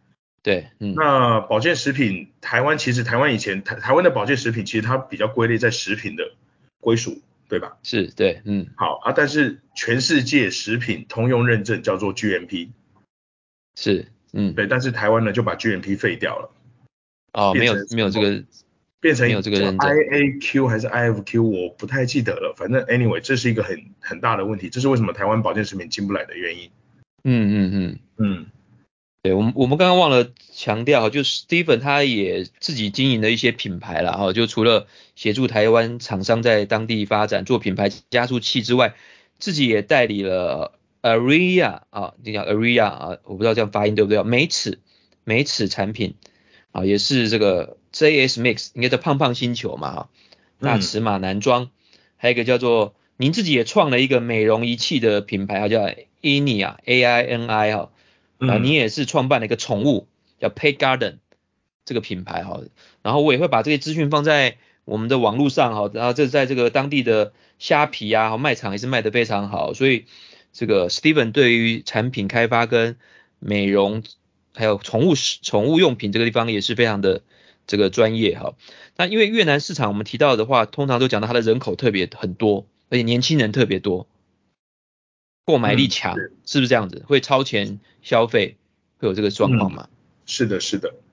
对，嗯， 那保健食品，台湾其实台湾以前台台湾的保健食品其实它比较归类在食品的归属，对吧？ 是，对，嗯， 好啊，但是全世界食品通用认证叫做 G M P， 是，嗯， 对，但是台湾呢就把 G M P 废掉了， 哦，没变有成什么？ 没有这个变没有这个成叫认证， I A Q 还是 I F Q，我不太记得了。反正 anyway，这是一个很很大的问题，这是为什么台湾保健食品进不来的原因。 嗯嗯嗯。 嗯对，我们我们刚刚忘了强调，就是 Steven 他也自己经营了一些品牌啦，哈，就除了协助台湾厂商在当地发展做品牌加速器之外，自己也代理了 Aria 啊，就叫 Aria 啊，我不知道这样发音对不对，美齿美齿产品啊，也是这个 J S Mix，应该叫胖胖星球嘛，哈，大嗯尺码男装，还有一个叫做您自己也创了一个美容仪器的品牌啊，叫 Ini 啊，A I N I 哈。啊，你嗯， 也是创办了一个宠物叫 Pet Garden 这个品牌哈，然后我也会把这些资讯放在我们的网络上哈，然后这在这个当地的虾皮啊卖场也是卖得非常好，所以这个 Steven 对于产品开发跟美容还有宠物宠物用品这个地方也是非常的这个专业哈。那因为越南市场我们提到的话，通常都讲到它的人口特别很多，而且年轻人特别多。购买力嗯， 强， 是， 是不是这样子？会超前消费，会有这个状况嗯， 吗？ 是的，是的，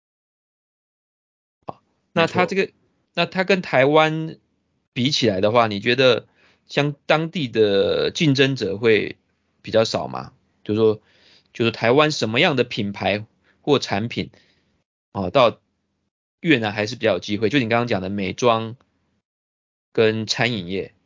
没错。 那它这个，那它跟台湾比起来的话，你觉得像当地的竞争者会比较少吗？就是说，就是台湾什么样的品牌或产品，哦，到越南还是比较有机会。就你刚刚讲的美妆跟餐饮业，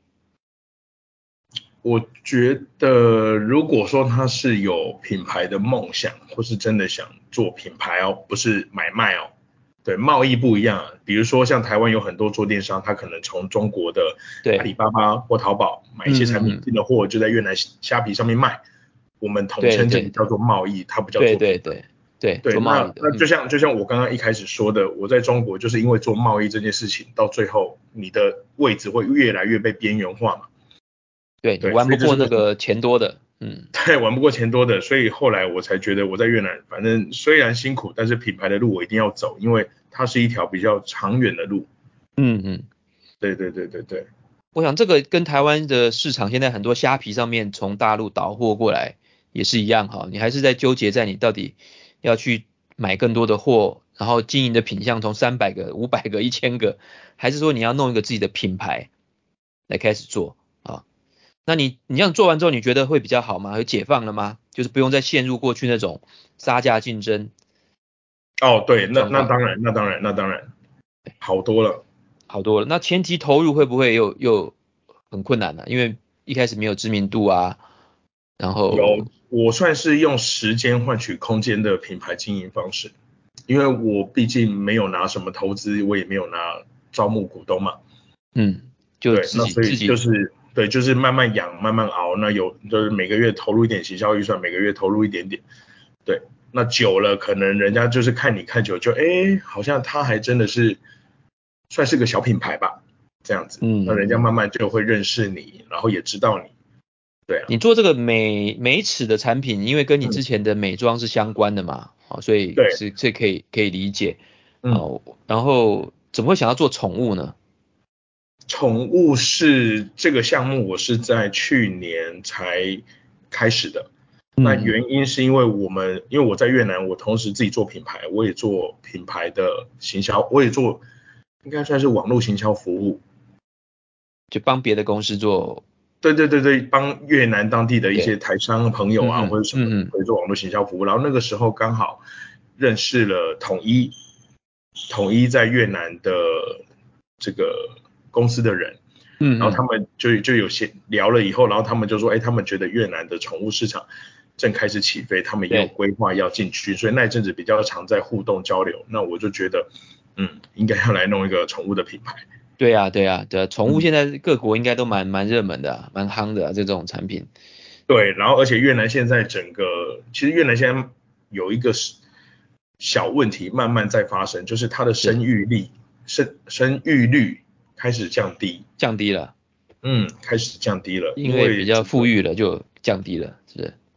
我觉得如果说他是有品牌的梦想，或是真的想做品牌哦，不是买卖哦。对，贸易不一样啊，比如说像台湾有很多做电商，他可能从中国的阿里对， 巴巴或淘宝买一些产品嗯嗯嗯， 进的货，就在越南虾皮上面卖，我们统对称这个叫对对做贸易，它不叫对做品牌。 对对对， 对， 做贸易的， 那那就嗯， 像就像我刚刚一开始说的，我在中国就是因为做贸易这件事情，到最后你的位置会越来越被边缘化嘛。 对你对， 玩不所以这是为什么。 过那个钱多的，嗯。 对，玩不过钱多的，所以后来我才觉得我在越南，反正虽然辛苦，但是品牌的路我一定要走，因为它是一条比较长远的路。 嗯嗯， 对对对对对， 我想这个跟台湾的市场现在很多虾皮上面从大陆导货过来也是一样哈，你还是在纠结在你到底要去买更多的货，然后经营的品项从三百个、五百个、一千个，还是说你要弄一个自己的品牌来开始做啊？那你你这样做完之后，你觉得会比较好吗？有解放了吗？就是不用再陷入过去那种杀价竞争哦对，那的状况， 那当然，那当然，那当然好多了。 好多了。那前期投入会不会又又很困难呢、因为一开始没有知名度啊，然后有，我算是用时间换取空间的品牌经营方式，因为我毕竟没有拿什么投资，我也没有拿招募股东嘛。 嗯，就对， 自那所以就己自己是对，就是慢慢养，慢慢熬。那有就是每个月投入一点行销预算，每个月投入一点点。对，那久了可能人家就是看你看久就，哎，好像他还真的是算是个小品牌吧，这样子。那人家嗯， 慢慢就会认识你，然后也知道你。对啊， 你做这个美美齿的产品，因为跟你之嗯， 前的美妆是相关的嘛，好，所以对， 是这可以可以理解， 嗯。 好，然后怎么会想要做宠物呢？ 宠物是这个项目，我是在去年才开始的。那嗯嗯， 原因是因为我们，因为我在越南，我同时自己做品牌，我也做品牌的行销，我也做应该算是网络行销服务。 就帮别的公司做， 对对对对，帮越南当地的一些对， 台商朋友啊，或嗯嗯者什么的， 嗯嗯， 会做网络行销服务。然后那个时候刚好认识了统一，统一在越南的这个公司的人。然后他嗯嗯， 们就就有些聊了以后，然后他们就说，哎，他们觉得越南的宠物市场正开始起飞，他们也有对规划要进去，所以那一阵子比较常在互动交流。那我就觉得，嗯，应该要来弄一个宠物的品牌。 对啊对啊对啊，宠物嗯， 现在各国应该都蛮蛮热门的啊蛮夯的啊这种产品， 对，然后而且越南现在整个，其实越南现在有一个小问题慢慢在发生，就是它的是生育力生生育率开始降低。 降低了。 嗯，开始降低了，因因为比较为整个富裕了就降低了，是不是？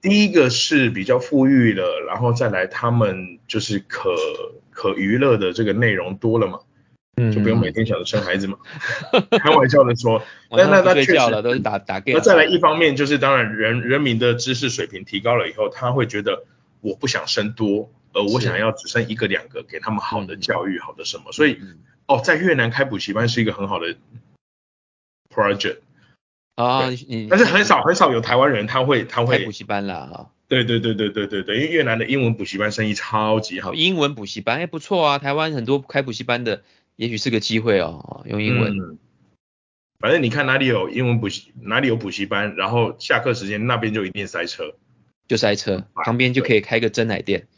第一个是比较富裕了，然后再来他们就是可可娱乐的这个内容多了嘛， 嗯， 就不用每天想着生孩子嘛。开玩笑的说， 晚上不但那那确实， 睡觉了，都是打打 game。 那再来一方面就是当然人人民的知识水平提高了以后，他会觉得我不想生多，而我想要只生一个两个，给他们好的教育，好的什么，所以哦，在越南开补习班是一个很好的 project。 啊， 对， 你但是很少很少有台湾人他会他会开补习班啦哈。 对对对对对对对，因为越南的英文补习班生意超级好。 英文补习班，哎，不错啊，台湾很多开补习班的，也许是个机会哦，用英文。 嗯，反正你看哪里有英文补习，哪里有补习班，然后下课时间那边就一定塞车， 就塞车，旁边就可以开个珍奶店。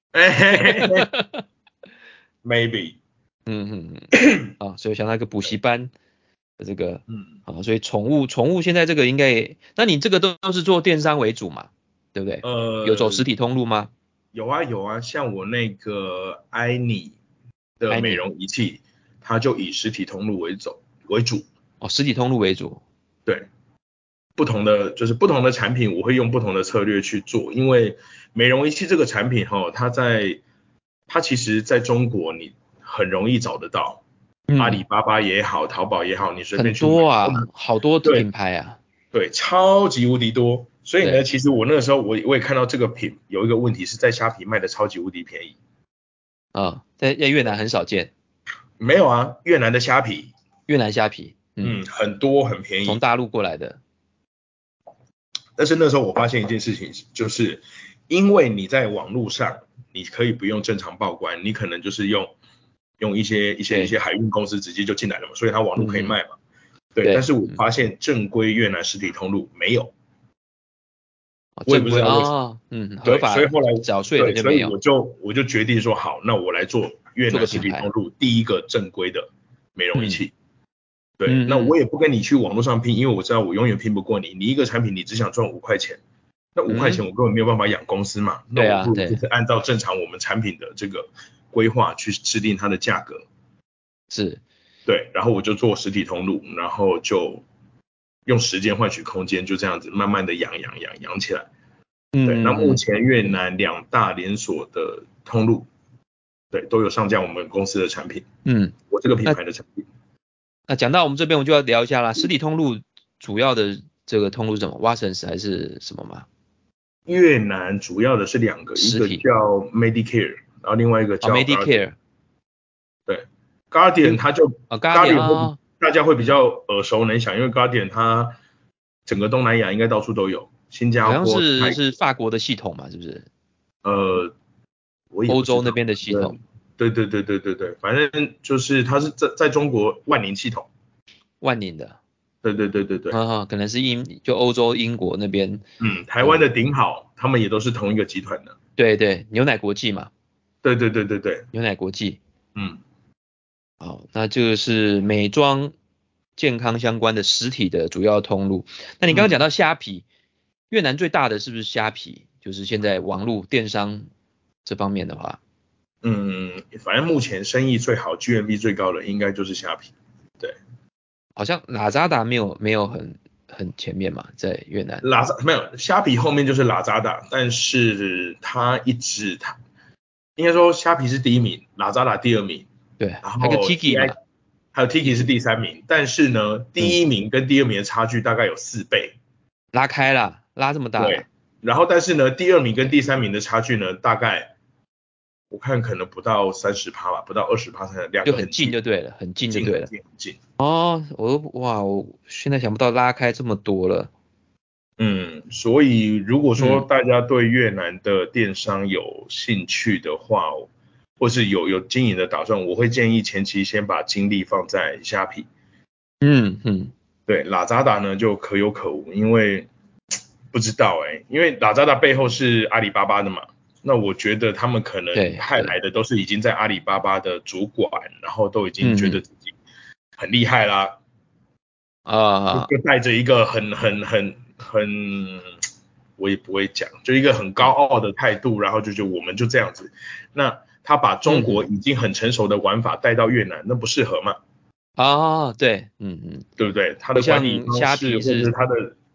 maybe， 嗯嗯嗯，啊，所以想到一个补习班的这个， 嗯， 啊，所以宠物宠物现在这个应该也，那你这个都都是做电商为主嘛，对不对？有走实呃， 体通路吗？ 有啊有啊，像我那个艾妮的美爱你容仪器，它就以实体通路为走为主， 哦，实体通路为主。 对。不同的就是不同的产品，我会用不同的策略去做，因为美容仪器这个产品哈，它在它其实在中国你很容易找得到，阿里嗯， 巴巴也好，淘宝也好，你随便很去买都多啊， 能， 好多对品牌啊。 对，超级无敌多。所以呢， 对， 其实我那个时候我我也看到这个品有一个问题是在虾皮卖的超级无敌便宜。 啊，在在越南很少见， 没有啊，越南的虾皮， 越南虾皮，嗯， 嗯，很多很便宜。 从大陆过来的。 但是那时候我发现一件事情，就是因为你在网络上，你可以不用正常报关，你可能就是用用一些一些一些海运公司直接就进来了嘛，所以它网络可以嗯嗯， 卖嘛。对，但对， 是我嗯， 发现正规越南实体通路没有， 哦， 我也不知正规道为什么。 啊，嗯，合对，所法以后来缴税的对，所以就没有， 我就我就决定说好，那我来做越做南实体通个品牌。 路第一个正规的美容仪嗯器。对，那嗯嗯我也不跟你去网络上拼，因为我知道我永远拼不过你。你一个产品你只想赚五块钱，那五块嗯， 钱我根本没有办法养公司嘛。那对啊， 我不如就对， 是按照正常我们产品的这个规划去制定它的价格。 是， 对，然后我就做实体通路，然后就用时间换取空间，就这样子慢慢的养养养养起来。对，那目嗯嗯前越南两大连锁的通路，对，都有上架我们公司的产品， 嗯， 我这个品那牌的产品。 那讲到我们这边，我就要聊一下啦。实体通路主要的这个通路是什么 w a t s o n s 还是什么吗？ 越南主要的是两个，一实体个叫 Medicare，然后另外一个啊叫 Guardian。 ，Medicare， 对，Guardian 就它就啊 Guardian Guardian 会比啊， 大家会比嗯， 较耳熟能详，因为 Guardian 它整个东南亚应该到处都有，新加好像坡、 是泰国， 是法国的系统嘛，是不是？ 呃，我也不知道， 欧洲那边的系统， 反正对对对对对对，反正就是它是在在中国万宁系统， 万宁的， 对对对对对， 啊啊，可能是英就欧洲英国那边， 嗯，台湾的嗯， 顶好，他们也都是同一个集团的， 对对，牛奶国际嘛， 对对对对对， 牛奶国际。 嗯好，那这个是美妆健康相关的实体的主要通路。那你刚刚讲嗯到虾皮，越南最大的是不是虾皮？就是现在网络电商这方面的话， 嗯，反正目前生意最好、G M V 最高的应该就是虾皮，对。 好像 Lazada 没有没有很很前面嘛，在越南。 拉扎没有虾皮后面就是拉扎达，但是它一直它应该说虾皮是第一名，拉扎达第二名， 对，还有个然后 Tiki T I 嘛还有 Tiki 是 ，Tiki， 第三名，但是呢， 嗯， 第一名跟第二名的差距大概有四倍， 拉开了，拉这么大对， 了， 然后但是呢，第二名跟第三名的差距呢，大概我看可能不到三十趴吧，不到二十趴，两就很个很近， 近就对了，很近就近很对了。 近很近。 哦，我都哇，我现在想不到拉开这么多了。 嗯，所以如果说嗯大家对越南的电商有兴趣的话，或是有有经营的打算，我会建议前期先把精力放在虾皮。 嗯嗯， 对，拉扎达呢就可有可无，因为不知道哎、欸因为拉扎达背后是阿里巴巴的嘛，那我觉得他们可能对对， 派来的都是已经在阿里巴巴的主管，然后都已经觉嗯嗯得自己很厉害啦，就啊， 就带着一个很很很很，我也不会讲，就一个很高嗯傲的态度，然后就就我们就这样子。那他把中国嗯嗯已经很成熟的玩法带到越南，那不适合嘛？ 啊，对，嗯嗯， 对不对？他不的管理像虾方式，或者是皮是他的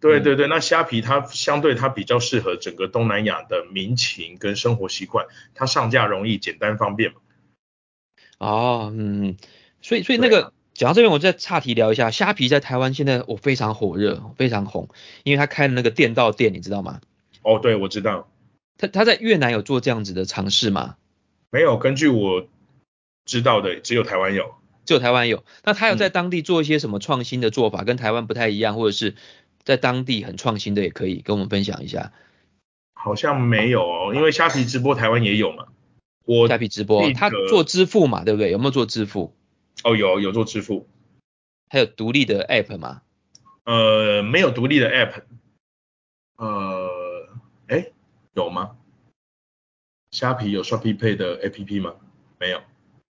对对对，那虾皮它相对它比较适合整个东南亚的民情跟生活习惯，它上架容易、简单方便嘛。 哦，嗯，所以所以那对啊， 个讲到这边，我再岔题聊一下，虾皮在台湾现在我非常火热，非常红，因为他开了那个店到店，你知道吗？ 哦，对，我知道， 他他在越南有做这样子的尝试吗？ 没有，根据我知道的，只有台湾有。 只有台湾有。那他有在嗯， 当地做一些什么创新的做法，跟台湾不太一样，或者是在当地很创新的，也可以跟我们分享一下。 好像没有哦，因为虾皮直播台湾也有嘛。我虾皮直播， 记他做得支付嘛，对不对？有没有做支付？ 哦，有有做支付， 还有独立的 app 嘛？ 呃，没有独立的 app，呃，哎，有吗？虾皮有 Shopee Pay 的 A P P 吗？没有。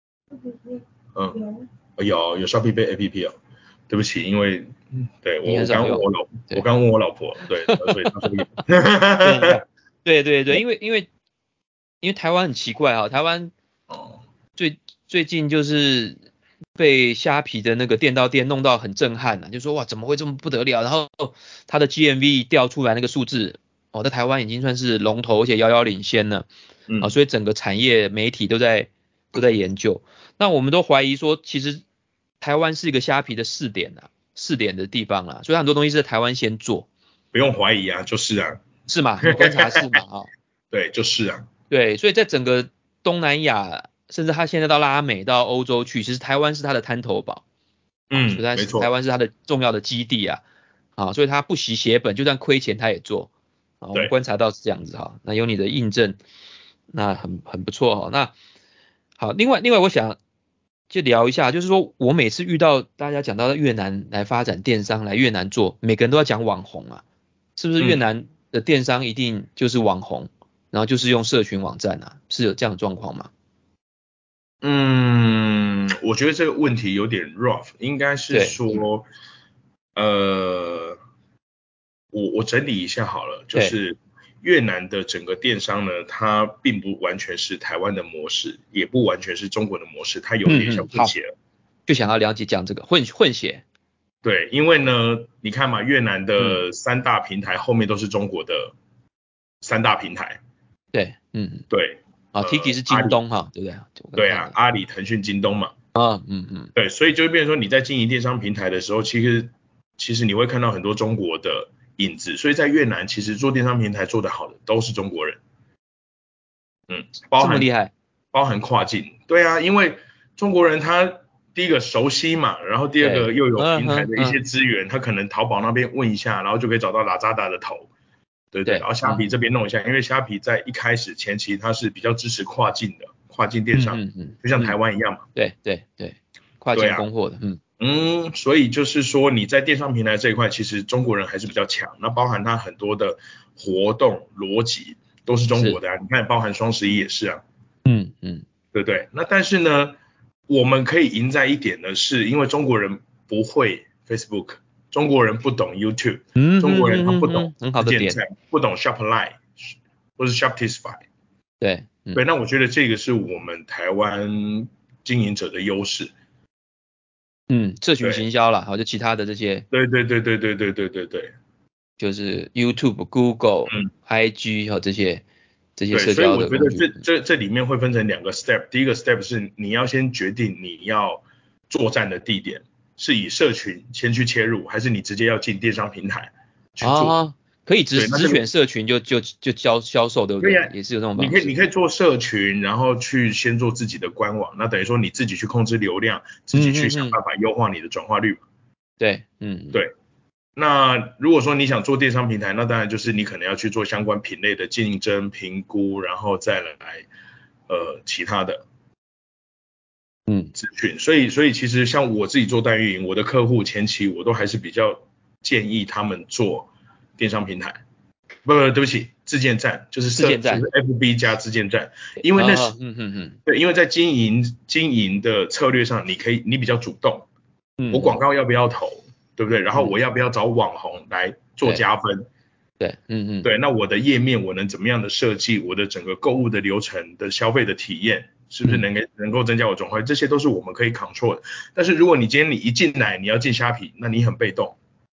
嗯，有有 Shopee Pay A P P 哦。对不起，因为对你我我很少用， 刚问我老我对， 刚问我老婆，对，所以她说有。 问一下。对对对，因为因为因为台湾很奇怪啊，台湾哦， 最最近就是被虾皮的那个店到店弄到很震撼啊，就说哇怎么会这么不得了？然后它的 G M V 调出来那个数字，哦，在台湾已经算是龙头，而且遥遥领先了啊， 嗯， 所以整个产业媒体都在都在研究。那我们都怀疑说，其实台湾是一个虾皮的试点啊，试点的地方啦，所以很多东西是在台湾先做， 不用怀疑啊，就是啊。 是吗？你观察是吗？啊、 对，就是啊。 对，所以在整个东南亚，甚至他现在到拉美、到欧洲去，其实台湾是他的滩头堡啊，所以嗯， 他是台没错， 湾是他的重要的基地啊，啊，所以他不惜血本，就算亏钱他也做啊。我们对， 观察到是这样子哈，那有你的印证，那很很不错哈。那好，另外另外我想就聊一下，就是说我每次遇到大家讲到越南来发展电商，来越南做，每个人都要讲网红啊，是不是越嗯南的电商一定就是网红？然后就是用社群网站啊，是有这样的状况吗？ 嗯，我觉得这个问题有点 rough，应该是对，嗯， 说，呃，我我整理一下好了，就对， 是越南的整个电商呢，它并不完全是台湾的模式，也不完全是中国的模式，它有一点像嗯嗯，好， 混血儿。 就想要了解讲这个混混血， 对，因为呢，你看嘛，越南嗯， 的三大平台后面都是中国的三大平台。 对，嗯， 对， 啊，Tiki 呃， 是阿里， 京东哈，对不对？就我刚对啊， 看的， 阿里、腾讯、京东嘛。 啊，嗯嗯， 对，所以就会变成说你在经营电商平台的时候，其实其实你会看到很多中国的影子，所以在越南其实做电商平台做得好的都是中国人。嗯，包含这么厉害， 包含跨境，对啊，因为中国人他第一个熟悉嘛，然后第二对， 个又有嗯平台的一些哼嗯， 资源，他可能淘宝那边问一下，然后就可以找到拉扎达的头，对对，然对， 后虾皮这嗯边弄一下，因为虾皮在一开始前期它是比较支持跨境的，跨境电商， 嗯嗯嗯就像台嗯， 湾一样嘛， 对对对，跨对啊， 境供货的，嗯， 嗯，所以就是说你在电商平台这一块，其实中国人还是比较强，那包含它很多的活动逻辑都是中国是， 的啊，你看包含双十一也是啊。 嗯嗯， 对不对？那但是呢，我们可以赢在一点呢，是因为中国人不会 Facebook，中国人不懂 YouTube， 嗯中国人哼哼他不懂哼哼，很好的点， 自建站，不懂 Shopline 或是 Shopify。 对，嗯， 对，那我觉得这个是我们台湾经营者的优势。 嗯，社群对， 行销啦，好，就其他的这些。 对对对对对对对对对， 就是 YouTube、Google、 嗯， I G 和这些这些对， 社所以我觉得交的工具。 这这这里面会分成两个 step，第一个 step 是你要先决定你要作战的地点，是以社群先去切入，还是你直接要进电商平台去做。 啊，可以只对，那这个只选社群就就就销销售，对不对？ 可以啊， 也是有这种你可以方式。 你可以做社群，然后去先做自己的官网，那等于说你自己去控制流量，自己嗯嗯嗯， 去想办法优化你的转化率。 对，嗯， 对，那如果说你想做电商平台，那当然就是你可能要去做相关品类的竞争评估，然后再来呃其他的嗯， 资讯。所以所以其实像我自己做代运营，我的客户前期我都还是比较建议他们做电商平台。不不，对不起，自建站就是设就是自建站， F B 加自建站，因为那是啊，嗯嗯嗯对，因为在经营经营的策略上，你可以你比较主动，我嗯嗯广告要不要投，对不对？然后我嗯， 要不要找网红来做对加分？ 对，嗯嗯对，那我的页面我能怎么样的设计？我的整个购物的流程的消费的体验，是不是嗯， 能够能够增加我转化率？这些都是我们可以 control 的。但是如果你今天你一进来你要进虾皮，那你很被动。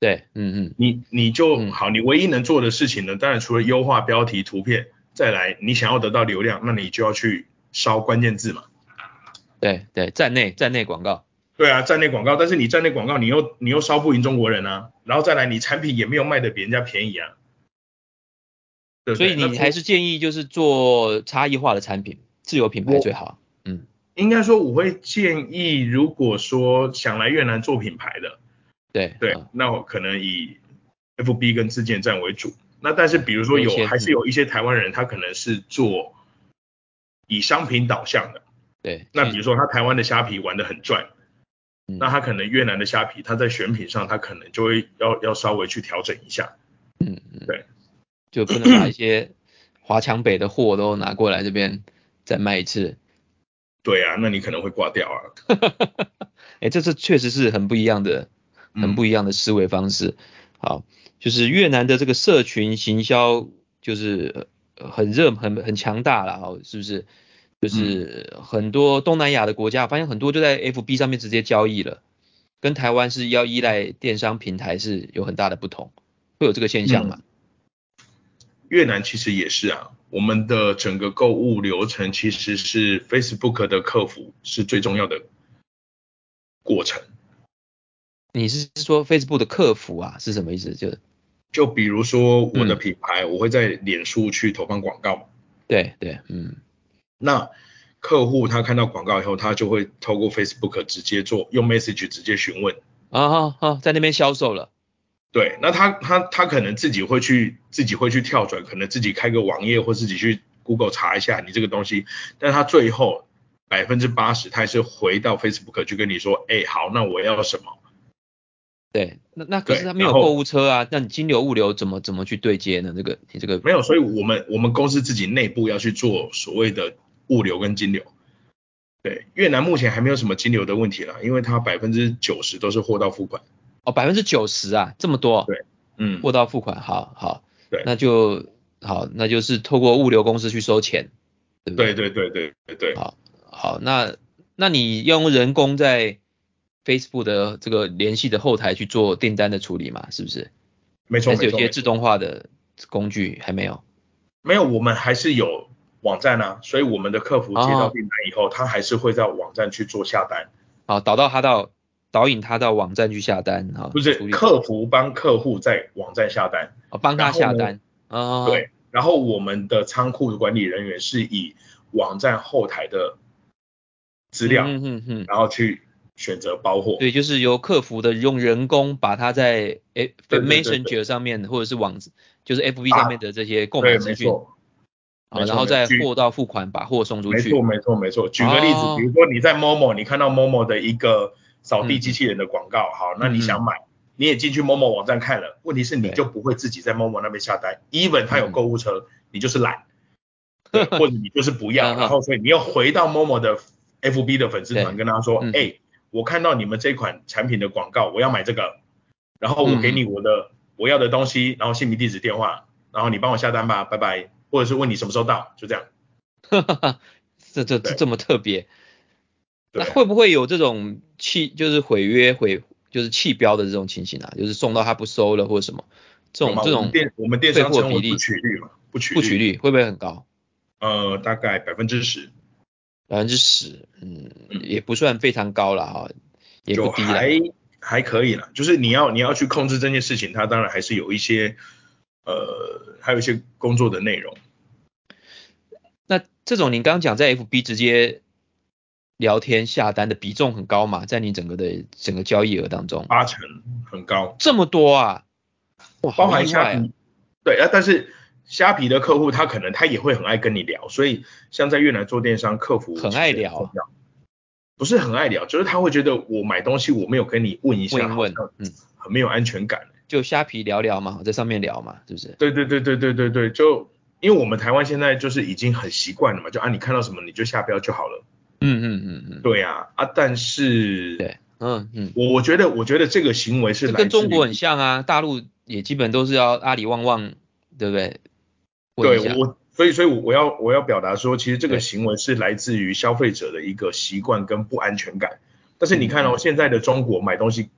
对，嗯嗯你你就嗯， 好，你唯一能做的事情呢，当然除了优化标题、图片，再来你想要得到流量，那你就要去烧关键字嘛。 对对，站内站内广告。 对啊，站内广告，但是你站内广告，你又你又烧不赢中国人啊，然后再来你产品也没有卖的比人家便宜啊，对不对？那所以你还是建议就是做差异化的产品，自有品牌最我好。嗯， 应该说我会建议，如果说想来越南做品牌的， 对， 对， 啊， 那我可能以 F B 跟自建站为主。那但是对， 比如说有优先，嗯， 还是有一些台湾人，他可能是做以商品导向的。 对，去， 那比如说他台湾的虾皮玩得很赚，那嗯他可能越南的虾皮，他在选品上他可能就会要要稍微去调整一下。 嗯嗯， 对， 就不能把一些华强北的货都拿过来这边再卖一次。 对啊，那你可能会挂掉啊。 哎，这这确实是很不一样的，很嗯不一样的思维方式。好，就是越南的这个社群行销，就是呃很热、很很强大了，哈，是不是？就嗯， 是很多东南亚的国家，发现很多就在 F B 上面直接交易了，跟台湾是要依赖电商平台是有很大的不同，会有这个现象嗯， 吗？ 越南其实也是啊，我们的整个购物流程其实是 Facebook 的客服是最重要的过程。 你是说 Facebook 的客服啊，是什么意思？就就比如说我的嗯， 品牌，我会在脸书去投放广告嘛， 对对，嗯， 那客户他看到广告以后，他就会透过 Facebook 直接做，用 message 直接询问。 啊好好，在那边销售了。 对，那他他他可能自己会去自己会去跳转，可能自己开个网页或自己去 Google 查一下你这个东西，但他最后百分之八十他还是回到 Facebook 去跟你说，哎，好，那我要什么？ 对，那那可是对， 他没有购然后物车啊，那你金流物流怎么怎么去对接呢？这个你这个没有，所以我们我们公司自己内部要去做所谓的物流跟金流。对，越南目前还没有什么金流的问题啦，因为它百分之九十都是货到付款。 哦百分之九十啊，这么多， 对，嗯， 货到付款，好好， 对， 那就好，那就是透过物流公司去收钱，对不对？ 对对对对对对， 好，好，那那你要用人工在 Facebook 的这个联系的后台去做订单的处理嘛？是不是？ 没错还是有些自没错没错， 动化的工具还没有？ 没有，我们还是有网站啊，所以我们的客服接到哦， 订单以后，他还是会在网站去做下单， 好，导到他到导引他到网站去下单，哈， 不是处理， 客服帮客户在网站下单， 哦，帮他然后呢， 下单，哦， 对，然后我们的仓库的管理人员是以网站后台的资料， 嗯嗯嗯嗯， 然后去选择包货。 对，就是由客服的用人工把它在 F 对对对对， Messenger 上面或者是网，就是 F B 上面啊， 的这些购买对， 资讯， 没错， 好， 没错，没错。 然后再举货到付款把货送出去。 没错，没错，没错。举个例子，比哦， 如说你在 Momo，你看到 Momo 的一个扫地嗯嗯机器人的广告，好，那你嗯嗯， 想买，你也进去 Momo 网站看了，问题是你对， 就不会自己在 Momo 那边下单，even 它有嗯嗯， 购物车，你就是懒，对，或者你就是不要， 嗯哼， 然后所以你要回到 Momo 的 F B 的粉丝团对， 跟他说， 嗯嗯哎，我看到你们这款产品的广告，我要买这个，然后我给嗯你我的我要的东西，然后姓名、地址、电话，然后你帮我下单吧，拜拜，或者是问你什么时候到，就这样， 嗯，哈哈，这这这对这么特别，那对啊。 会不会有这种弃就是毁约毁就是弃标的这种情形啊？就是送到他不收了或者什么，这有吗？我们种这种电我们电退商称为不货比例取率嘛，不取不取率， 率会不会很高？ 呃，大概百分之十， 百分之十，嗯， 嗯， 也不算非常高了哈，也不就还低了。 还可以啦。就是你要你要去控制这件事情，它当然还是有一些呃，还有一些工作的内容， 那这种你刚刚讲在 F B 直接聊天下单的比重很高嘛，在你整个的整个交易额当中， 八成很高， 这么多啊，哇， 包好意外啊。 含虾皮，对啊，但是虾皮的客户他可能他也会很爱跟你聊，所以像在越南做电商，客服很其爱聊啊， 实很重要，不是很爱聊，就是他会觉得我买东西我没有跟你问一下， 问一问， 好像嗯， 很没有安全感。 就虾皮聊聊嘛，在上面聊嘛，是不是？ 对对对对对对对，就因为我们台湾现在就是已经很习惯了嘛，就啊你看到什么你就下标就好了。 嗯嗯嗯嗯， 对呀啊，但是对，嗯嗯， 我我觉得我觉得这个行为是这来自于， 跟中国很像啊，大陆也基本都是要阿里旺旺，对不对？问一下， 对我所以所以我要我要表达说，其实这个对， 行为是来自于消费者的一个习惯跟不安全感。但是你看哦， 嗯嗯， 现在的中国买东西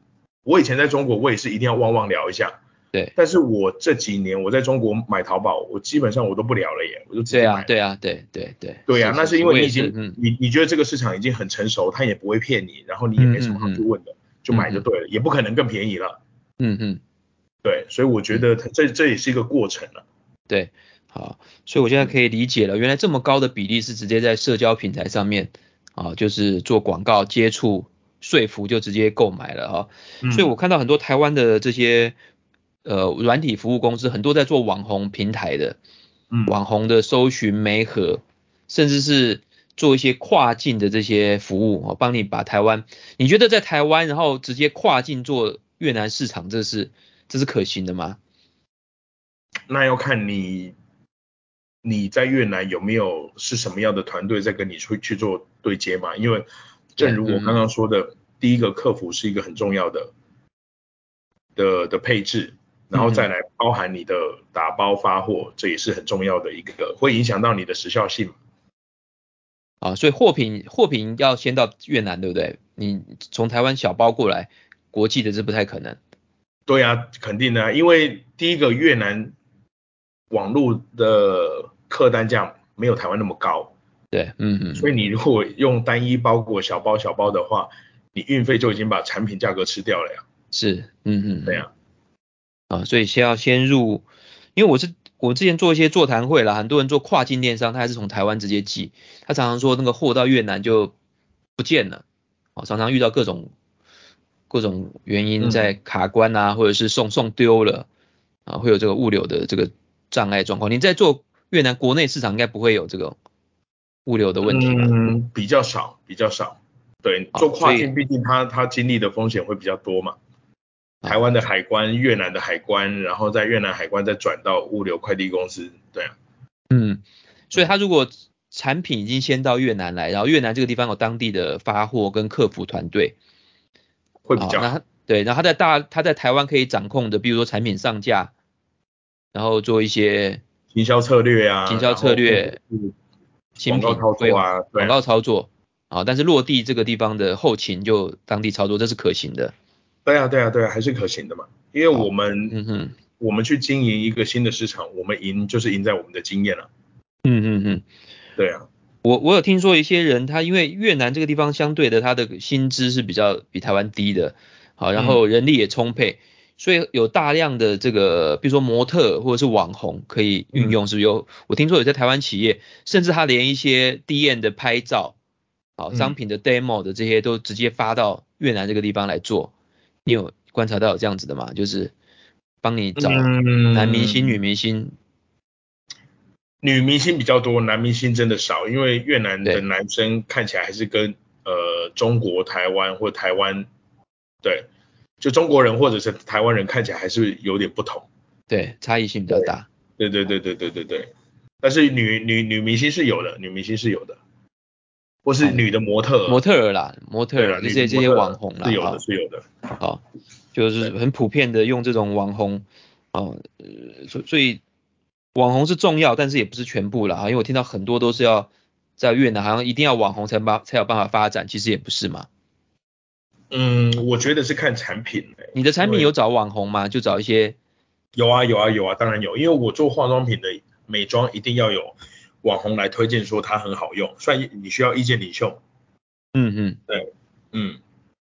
我以前在中国，我也是一定要旺旺聊一下。 对， 但是我这几年我在中国买淘宝，我基本上我都不聊了耶，我就直对啊， 接买了。 对啊，对对对， 对啊， 是是是， 那是因为我也是， 你已经嗯你你觉得这个市场已经很成熟，他也不会骗你，然后你也没什么嗯嗯嗯好去问的，就嗯嗯买就对了，也不可能更便宜了。 嗯嗯对，所以我觉嗯， 得它这这也是一个过程了。 对，好，所以我现在嗯可以理解了，原来这么高的比例是直接在社交平台上面啊，就是做广告接触说服就直接购买了哈，所以我嗯看到很多台湾的这些呃软体服务公司，很多在做网红平台的， 嗯。 网红的搜寻媒合，甚至是做一些跨境的这些服务哦，帮你把台湾，你觉得在台湾然后直接跨境做越南市场，这是这是可行的吗？ 那要看你你在越南有没有是什么样的团队在跟你去去做对接嘛？因为正对， 如我刚嗯刚说的，第一个客服是一个很重要的的的配置，然后嗯嗯再来包含你的打包发货，这也是很重要的一个，会影响到你的时效性。 啊，所以货品货品要先到越南，对不对？你从台湾小包过来，国际的这不太可能。 对啊，肯定的啊，因为第一个越南网络的客单价没有台湾那么高， 对，嗯嗯嗯， 所以你如果用单一包裹小包小包的话，你运费就已经把产品价格吃掉了呀。 是，嗯嗯嗯。 对呀， 啊，所以先要先入，因为我是我之前做一些座谈会啦，很多人做跨境电商，他还是从台湾直接寄，他常常说那个货到越南就不见了，啊，常常遇到各种各种原因在嗯卡关啊，或者是送送丢了，啊，会有这个物流的这个障碍状况。你在做越南国内市场应该不会有这个物流的问题吧？ 嗯，比较少，比较少。对，做好，所以跨境，毕竟它它经历的风险会比较多嘛。台啊， 湾的海关、越南的海关，然后在越南海关再转到物流快递公司。对啊， 嗯，所以嗯， 他如果产品已经先到越南来，然后越南这个地方有当地的发货跟客服团队。啊， 会比较好。 那他对，然后他在大他在台湾可以掌控的，比如说产品上架，然后做一些营销策略啊， 行销然后或者策略、 是新广告品规划、 操作啊，对广啊， 告操作啊，但是落地这个地方的后勤就当地操作，这是可行的。 对啊，对啊，对啊，还是可行的嘛。因为我好， 们嗯哼， 我们去经营一个新的市场，我们赢就是赢在我们的经验了。 嗯嗯嗯， 对啊， 我我有听说一些人，他因为越南这个地方相对的，他的薪资是比较比台湾低的，好，然嗯后人力也充沛，所以有大量的这个，比如说模特或者是网红可以运嗯用，是不是有？我听说有在台湾企业，甚至他连一些 D M 的拍照，好，商嗯品的 demo 的这些都直接发到越南这个地方来做。你有观察到有这样子的吗？就是帮你找男明星、女嗯， 明星， 女明星比较多，男明星真的少，因为越南的对男生看起来还是跟呃中国、台湾或台湾，对，就中国人或者是台湾人看起来还是有点不同。 对，差异性比较对， 大。 对对对对对对对。但是女女女明星是有的，女明星是有的，或是好， 女的模特模儿， 特儿啦，模特对啊， 儿啦，就女的是这些网模特儿红啦， 是有的， 哈， 是有的。 好，就是对， 很普遍的用这种网红，哦，呃，所所以网红是重要，但是也不是全部啦，哈，因为我听到很多都是要在越南好像一定要网红才把才有办法发展，其实也不是嘛。 嗯，我觉得是看产品的， 你的产因为品有找网红吗？就找一些， 有啊有啊有啊，当然有，因为我做化妆品的美妆一定要有网红来推荐说它很好用，虽然你需要意见领袖， 嗯嗯， 对，嗯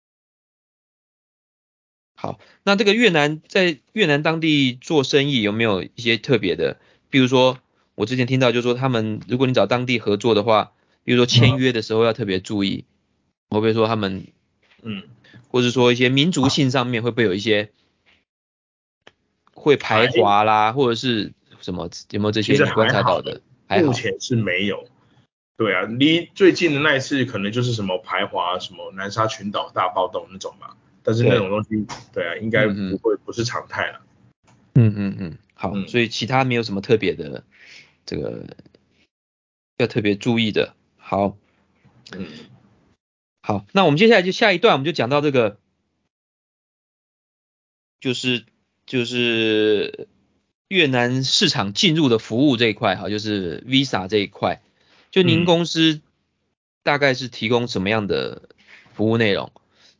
好，那这个越南在越南当地做生意有没有一些特别的？比如说我之前听到就是说他们如果你找当地合作的话，比如说签约的时候要特别注意，会不会说他们嗯， 或者说一些民族性上面会不会有一些会排还华啦，或者是什么有没有这其实些你观还好的， 察到的？还好， 目前是没有。对啊，离最近的那一次可能就是什么排华、什么南沙群岛大暴动那种吧，但是那种对， 东西，对啊，应该嗯嗯不会不是常态了。 嗯嗯嗯，好， 嗯所以其他没有什么特别的这个要特别注意的。好， 嗯好，那我们接下来就下一段我们就讲到这个就是就是越南市场进入的服务这一块哈，就是 Visa 这一块，就您嗯公司大概是提供什么样的服务内容？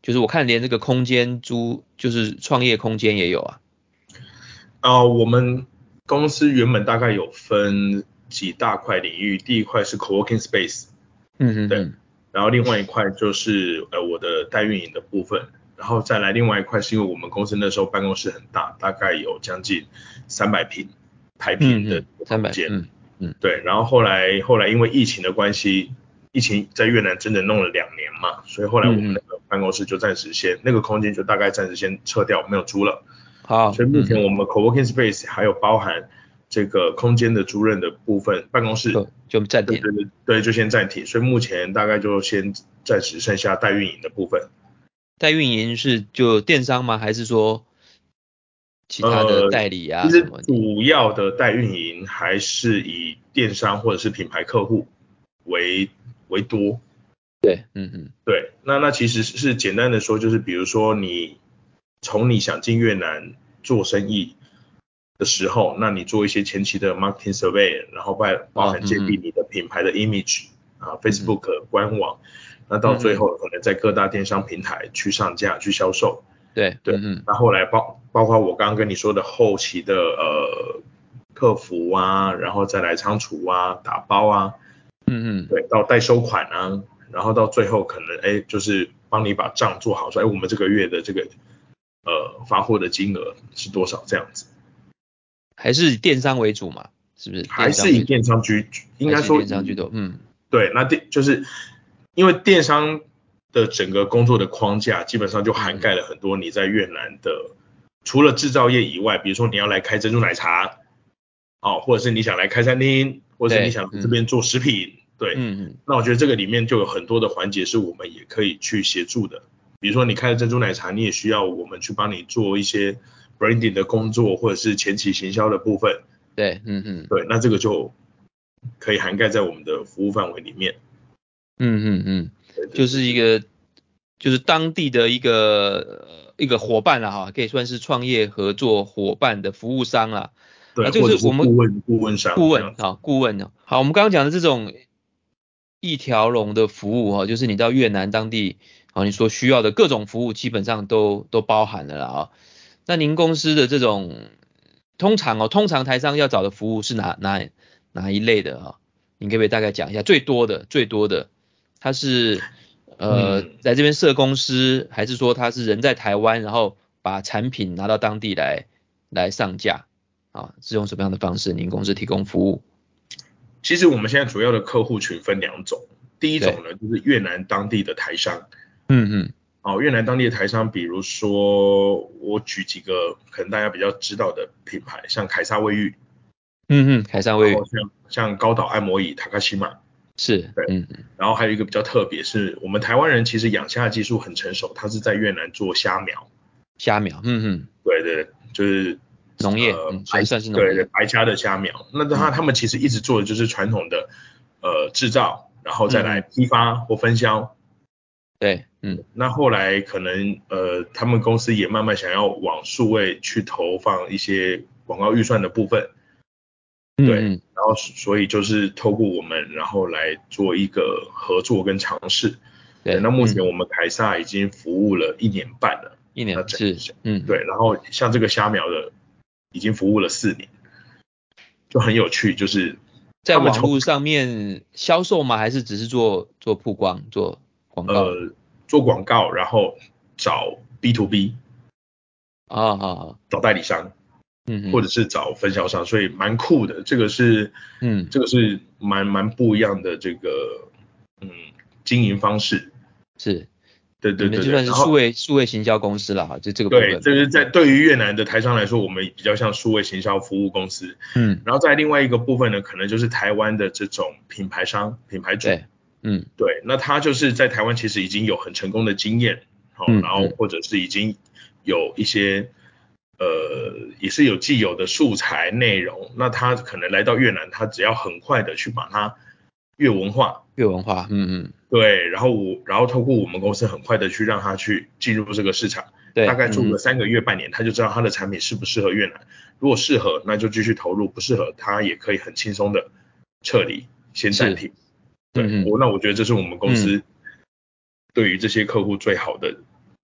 就是我看连这个空间租，就是创业空间也有啊。 啊、呃，我们公司原本大概有分几大块领域，第一块是 co-working space， 嗯嗯对， 嗯， 然后另外一块就是呃我的代运营的部分，然后再来另外一块是因为我们公司那时候办公室很大，大概有将近三百平排平的嗯嗯，三百， 空间， 嗯嗯， 对，然后后来后来因为疫情的关系，疫情在越南真的弄了两年嘛，所以后来我们嗯嗯， 那个办公室就暂时先那个空间就大概暂时先撤掉，没有租了。 好， 所以目嗯嗯， 前我们 co-working space 还有包含这个空间的租赁的部分，办公室， 就就暂停。 对对对对，就先暂停。所以目前大概就先暂时剩下代运营的部分。 代运营是就电商吗？还是说其他的呃， 代理啊其实什么的？ 主要的代运营还是以电商或者是品牌客户为为多。 对，嗯嗯， 对，那那其实是简单的说，就是比如说你从你想进越南做生意的时候，那你做一些前期的 marketing survey，然后包包哦， 含建立嗯嗯你的品牌的 image 啊嗯嗯 ，Facebook 官网，那到最嗯嗯， 后可能在各大电商平台去上架去销售。 对， 对， 嗯嗯那后来包包括我刚刚跟你说的后期的呃客服啊，然后再来仓储啊、打包啊， 嗯嗯， 对，到代收款啊，然后到最后可能哎就是帮你把账做好，说哎我们这个月的这个呃发货的金额是多少这样子， 还是以电商为主嘛？是不是还是以电商为主？ 电商居，应该还是以说以电商居多？嗯， 对，那电就是因为电商的整个工作的框架基本上就涵嗯嗯， 盖了很多你在越南的，除了制造业以外，比如说你要来开珍珠奶茶，哦，或者是你想来开餐厅，或者是你对， 想这嗯边做食品，对， 嗯嗯， 那我觉得这个里面就有很多的环节是我们也可以去协助的，比如说你开了珍珠奶茶，你也需要我们去帮你做一些 branding 的工作，或者是前期行销的部分， 对，嗯嗯对，那这个就可以涵盖在我们的服务范围里面。 嗯嗯嗯， 对对就是对对一个就是当地的一个呃一个伙伴啦哈，可以算是创业合作伙伴的服务商啦。 对， 啊，就或者是是我们顾问顾问商顾这样子。 问啊，顾问啊，好，我们刚刚讲的这种一条龙的服务哈，就是你到越南当地啊，你所需要的各种服务基本上都都包含了啦啊。那您公司的这种通常哦，通常台商要找的服务是哪哪哪一类的啊？你可不可以大概讲一下最多的最多的？他是呃嗯， 来这边设公司，还是说他是人在台湾，然后把产品拿到当地来来上架啊？是用什么样的方式？您公司提供服务？ 其实我们现在主要的客户群分两种，第一种对， 呢就是越南当地的台商。 嗯嗯哦，越南当地的台商，比如说我举几个可能大家比较知道的品牌，像凯撒卫浴， 嗯嗯，海上卫浴然后像像高岛按摩椅塔卡西玛， 是， 对， 嗯嗯， 然后还有一个比较特别，是我们台湾人其实养虾技术很成熟，他是在越南做虾苗， 虾苗，嗯嗯， 对对，就是农业， 呃嗯，算白算是农对对业， 白虾的虾苗，那他嗯他们其实一直做的就是传统的呃制造，然后再来嗯嗯， 批发或分销。 对，嗯那后来可能呃他们公司也慢慢想要往数位去投放一些广告预算的部分，对， 嗯嗯， 然后所以就是透过我们然后来做一个合作跟尝试。对， 对， 那目前我嗯， 们凯撒已经服务了一年半了， 一那年是， 整个嗯嗯， 对，然后像这个虾苗的已经服务了四年，就很有趣，就是在他们从网络上面销售吗？还是只是做做曝光、做广告的？ 呃做广告，然后找 B to B 啊好好， 找代理商， 嗯嗯或者是找分销商，所以蛮酷的。这个是嗯， 这个是蛮蛮不一样的这个嗯经营方式。 是，你对对对对， 们就算是数然后位数位行销公司了哈，就这个部对， 分， 这是在嗯对于越南的台商来说，我们比较像数位行销服务公司。 嗯， 然后在另外一个部分呢，可能就是台湾的这种品牌商、品牌主。 对，嗯对，那他就是在台湾其实已经有很成功的经验，好、然后嗯嗯， 或者是已经有一些呃也是有既有的素材内容，那他可能来到越南，他只要很快的去把它越文化， 粤文化，嗯嗯， 对，然后我然后透过我们公司很快的去让他去进入这个市场，大对， 概做嗯嗯个三个月半年，他就知道他的产品适不适合越南，如果适合，那就继续投入；不适合，他也可以很轻松的撤离，先暂是， 停。对嗯嗯我，那我觉得这是我们公嗯。 司对于这些客户最好的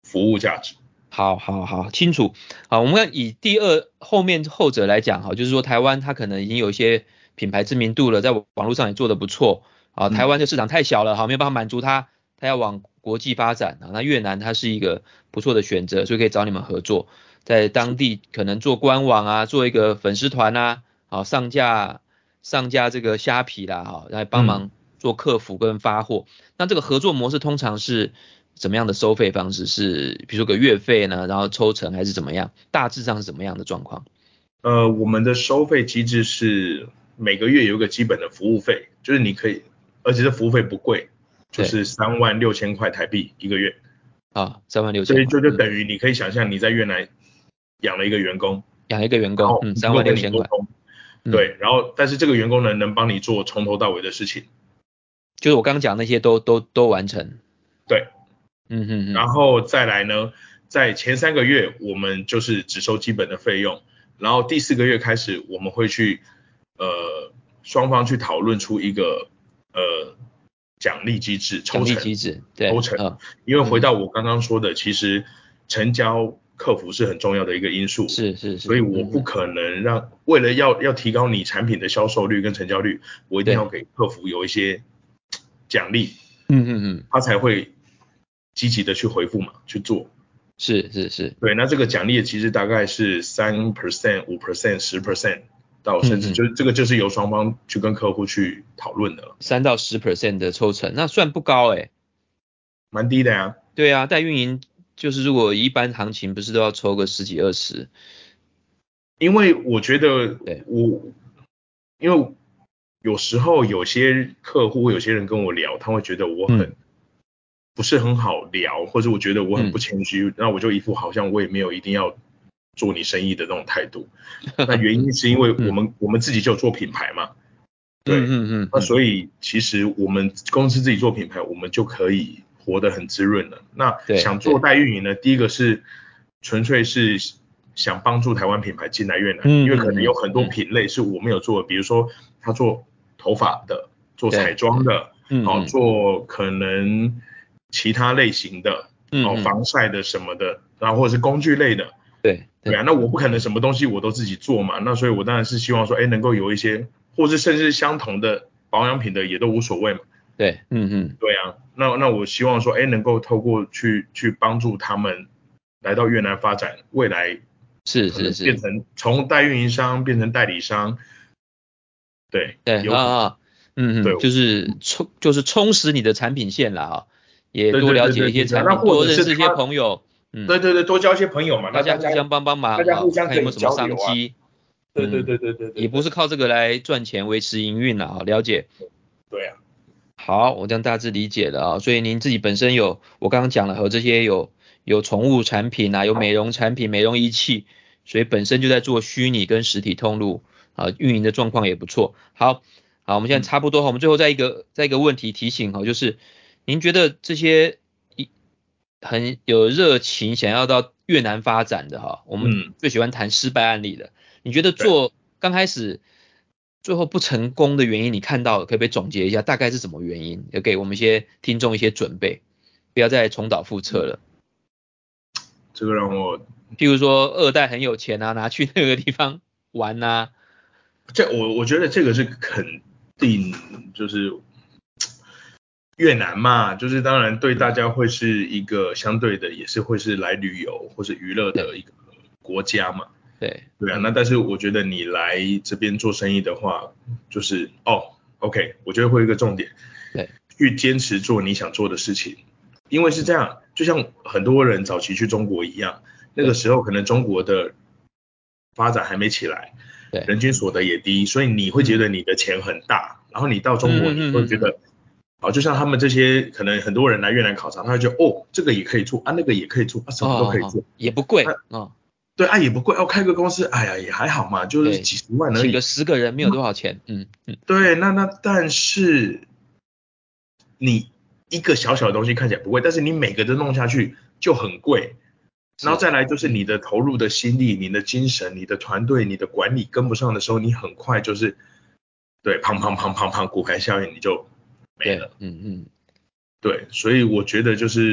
服务价值。 好，好，好，清楚。好，我们看以第二后面后者来讲，哈，就是说台湾它可能已经有一些品牌知名度了，在网络上也做得不错。啊，台湾这市场太小了，哈，没有办法满足它，它要往国际发展啊。那越南它是一个不错的选择，所以可以找你们合作，在当地可能做官网啊，做一个粉丝团啊，好上架上架这个虾皮啦，哈，来帮忙做客服跟发货。那这个合作模式通常是怎么样的收费方式？是比如说个月费呢，然后抽成还是怎么样？大致上是怎么样的状况？ 呃，我们的收费机制是每个月有一个基本的服务费，就是你可以，而且这服务费不贵，就是三万六千块台币一个月。 啊，三万六千块。 所以就就等于你可以想象你在越南养了一个员工， 养一个员工，嗯，三万六千块。 对，然后但是这个员工呢能帮你做从头到尾的事情， 就是我刚刚讲那些都都都完成。 对， 嗯嗯嗯。 然后再来呢，在前三个月我们就是只收基本的费用，然后第四个月开始我们会去呃双方去讨论出一个呃奖励机制，抽成， 奖励机制，对， 抽成， 嗯， 因为回到我刚刚说的，其实成交客服是很重要的一个因素， 是是是， 所以我不可能让为了要要提高你产品的销售率跟成交率，我一定要给客服有一些奖励， 嗯嗯嗯， 他才会积极的去回复嘛，去做。 是是是， 对，那这个奖励其实大概是三 percent、五 percent、十 percent 到甚至就是这个就是由双方去跟客户去讨论的。 三到十 percent 的抽成，那算不高哎、欸， 蛮低的呀。 对啊，代运营就是如果一般行情不是都要抽个十几二十？ 因为我觉得对， 我因为有时候有些客户有些人跟我聊，他会觉得我很、嗯、不是很好聊，或者我觉得我很不谦虚，那、嗯、我就一副好像我也没有一定要做你生意的那种态度。那原因是因为我们、嗯、我们自己就有做品牌嘛，对，嗯嗯嗯，那所以其实我们公司自己做品牌，我们就可以活得很滋润了。那想做代运营呢，第一个是纯粹是想帮助台湾品牌进来越南，嗯、因为可能有很多品类是我们有做的，比如说他做头发的，做彩妆的，嗯，好、哦、做可能其他类型的，嗯、哦防晒的什么的，然后或者是工具类的， 对对啊，那我不可能什么东西我都自己做嘛，那所以我当然是希望说，哎，能够有一些，或是甚至相同的保养品的也都无所谓嘛。 对，嗯嗯， 对啊，那那我希望说，哎，能够透过去去帮助他们来到越南发展，未来是是是， 变成从代运营商变成代理商，对对啊啊，嗯嗯，就是充就是充实你的产品线啦哈，也多了解一些产品，多认识一些朋友， 嗯，对对对，多交一些朋友嘛， 大家互相帮帮忙， 大家互相看有没有什么商机。 对对对对对对， 也不是靠这个来赚钱维持营运啦，了解。 对啊。 好，我这样大致理解了啊，所以您自己本身有，我刚刚讲了和这些有有宠物产品啊，有美容产品、美容仪器，所以本身就在做虚拟跟实体通路啊，运营的状况也不错。好，好，我们现在差不多哈，我们最后再一个再一个问题提醒哈，就是您觉得这些一很有热情想要到越南发展的哈，我们最喜欢谈失败案例的，你觉得做刚开始最后不成功的原因，你看到可不可以总结一下，大概是什么原因，也给我们一些听众一些准备，不要再重蹈覆辙了。 这个让我， 譬如说二代很有钱啊，拿去那个地方玩啊。 这我我觉得这个是肯定，就是越南嘛，就是当然对大家会是一个相对的，也是会是来旅游或是娱乐的一个国家嘛。 对对啊，那但是我觉得你来这边做生意的话，就是哦 ，OK， 我觉得会有一个重点， 对， 去坚持做你想做的事情，因为是这样，就像很多人早期去中国一样，那个时候可能中国的发展还没起来， 对， 人均所得也低，所以你会觉得你的钱很大，然后你到中国你会觉得，哦，就像他们这些可能很多人来越南考察，他会觉得哦，这个也可以做啊，那个也可以做啊，什么都可以做， 也不贵啊。 对啊，也不贵哦，开个公司，哎呀，也还好嘛，就是几十万而已， 请个十个人没有多少钱，嗯嗯。 对，那那但是你一个小小的东西看起来不贵，但是你每个都弄下去就很贵，然后再来就是你的投入的心力、你的精神、你的团队、你的管理跟不上的时候，你很快就是对，砰砰砰砰砰，骨牌效应你就没了， 嗯嗯， 对，所以我觉得就是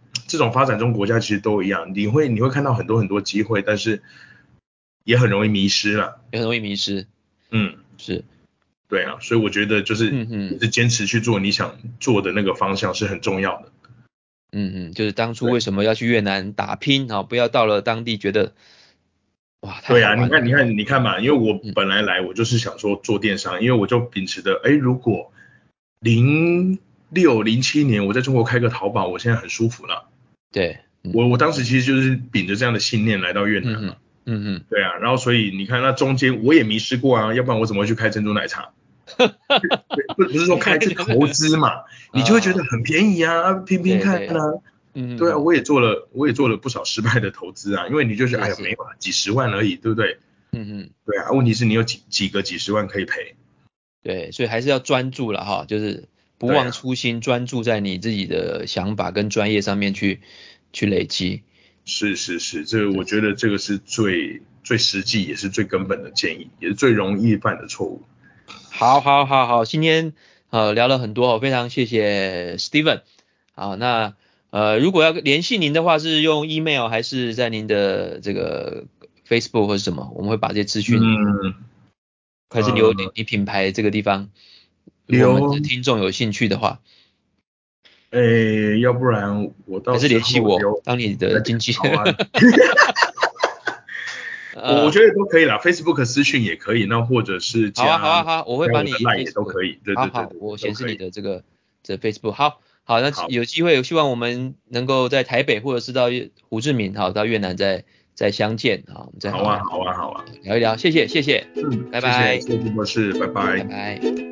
这种发展中国家其实都一样，你会你会看到很多很多机会，但是也很容易迷失了。 也很容易迷失。 嗯， 是。 对啊，所以我觉得就是嗯嗯， 是坚持去做你想做的那个方向是很重要的。 嗯嗯，就是当初为什么要去越南打拼啊？不要到了当地觉得哇太对啊， 好玩了。 你看你看你看嘛，因为我嗯本来来我就是想说做电商，因为我就秉持的，哎，如果零六零七年我在中国开个淘宝，我现在很舒服了。 对。嗯我我当时其实就是秉着这样的信念来到越南嘛。 嗯嗯嗯对啊，然后所以你看那中间我也迷失过啊，要不然我怎么会去开珍珠奶茶？ 嗯， 对，不不是说开是投资嘛，你就会觉得啊， 很便宜啊，拼拼对对。 看啊。对啊， 嗯嗯我也做了，我也做了不少失败的投资啊，因为你就觉得哎呀没是是。 有啊，几十万而已，对不对？ 嗯嗯， 对啊，问题是你有几几个几十万可以赔。 对，所以还是要专注了哈，就是不对啊， 忘初心，专注在你自己的想法跟专业上面去去累积。 是是是，这个我觉是是。 得这个是最最实际也是最根本的建议，也是最容易犯的错误。 好，好，好，好，今天呃聊了很多哦，非常谢谢 Steven。好，那呃如果要联系您的话，是用 email 还是在您的这个 Facebook 或是什么？我们会把这些资讯， 嗯还是留呃你品牌这个地方，如果我们的留， 听众有兴趣的话， 诶，要不然我到时还是联系我候留， 当你的经纪好啊， 人。 我我呃， 觉得都可以啦，Facebook 私讯也可以，那或者是好啊，好加啊，好啊，我会加我的把你 Line 也都 Facebook。 可以，对好好， 对对对对， 我显示你都可以。 的这个这 Facebook。好，好，那好， 有机会，希望我们能够在台北或者是到越胡志明，好，到越南再再相见，好，我们再好啊， 好好好啊，好啊， 聊一聊。谢谢，谢谢， 嗯，谢谢， 拜拜， 谢谢博士，拜拜。 拜拜。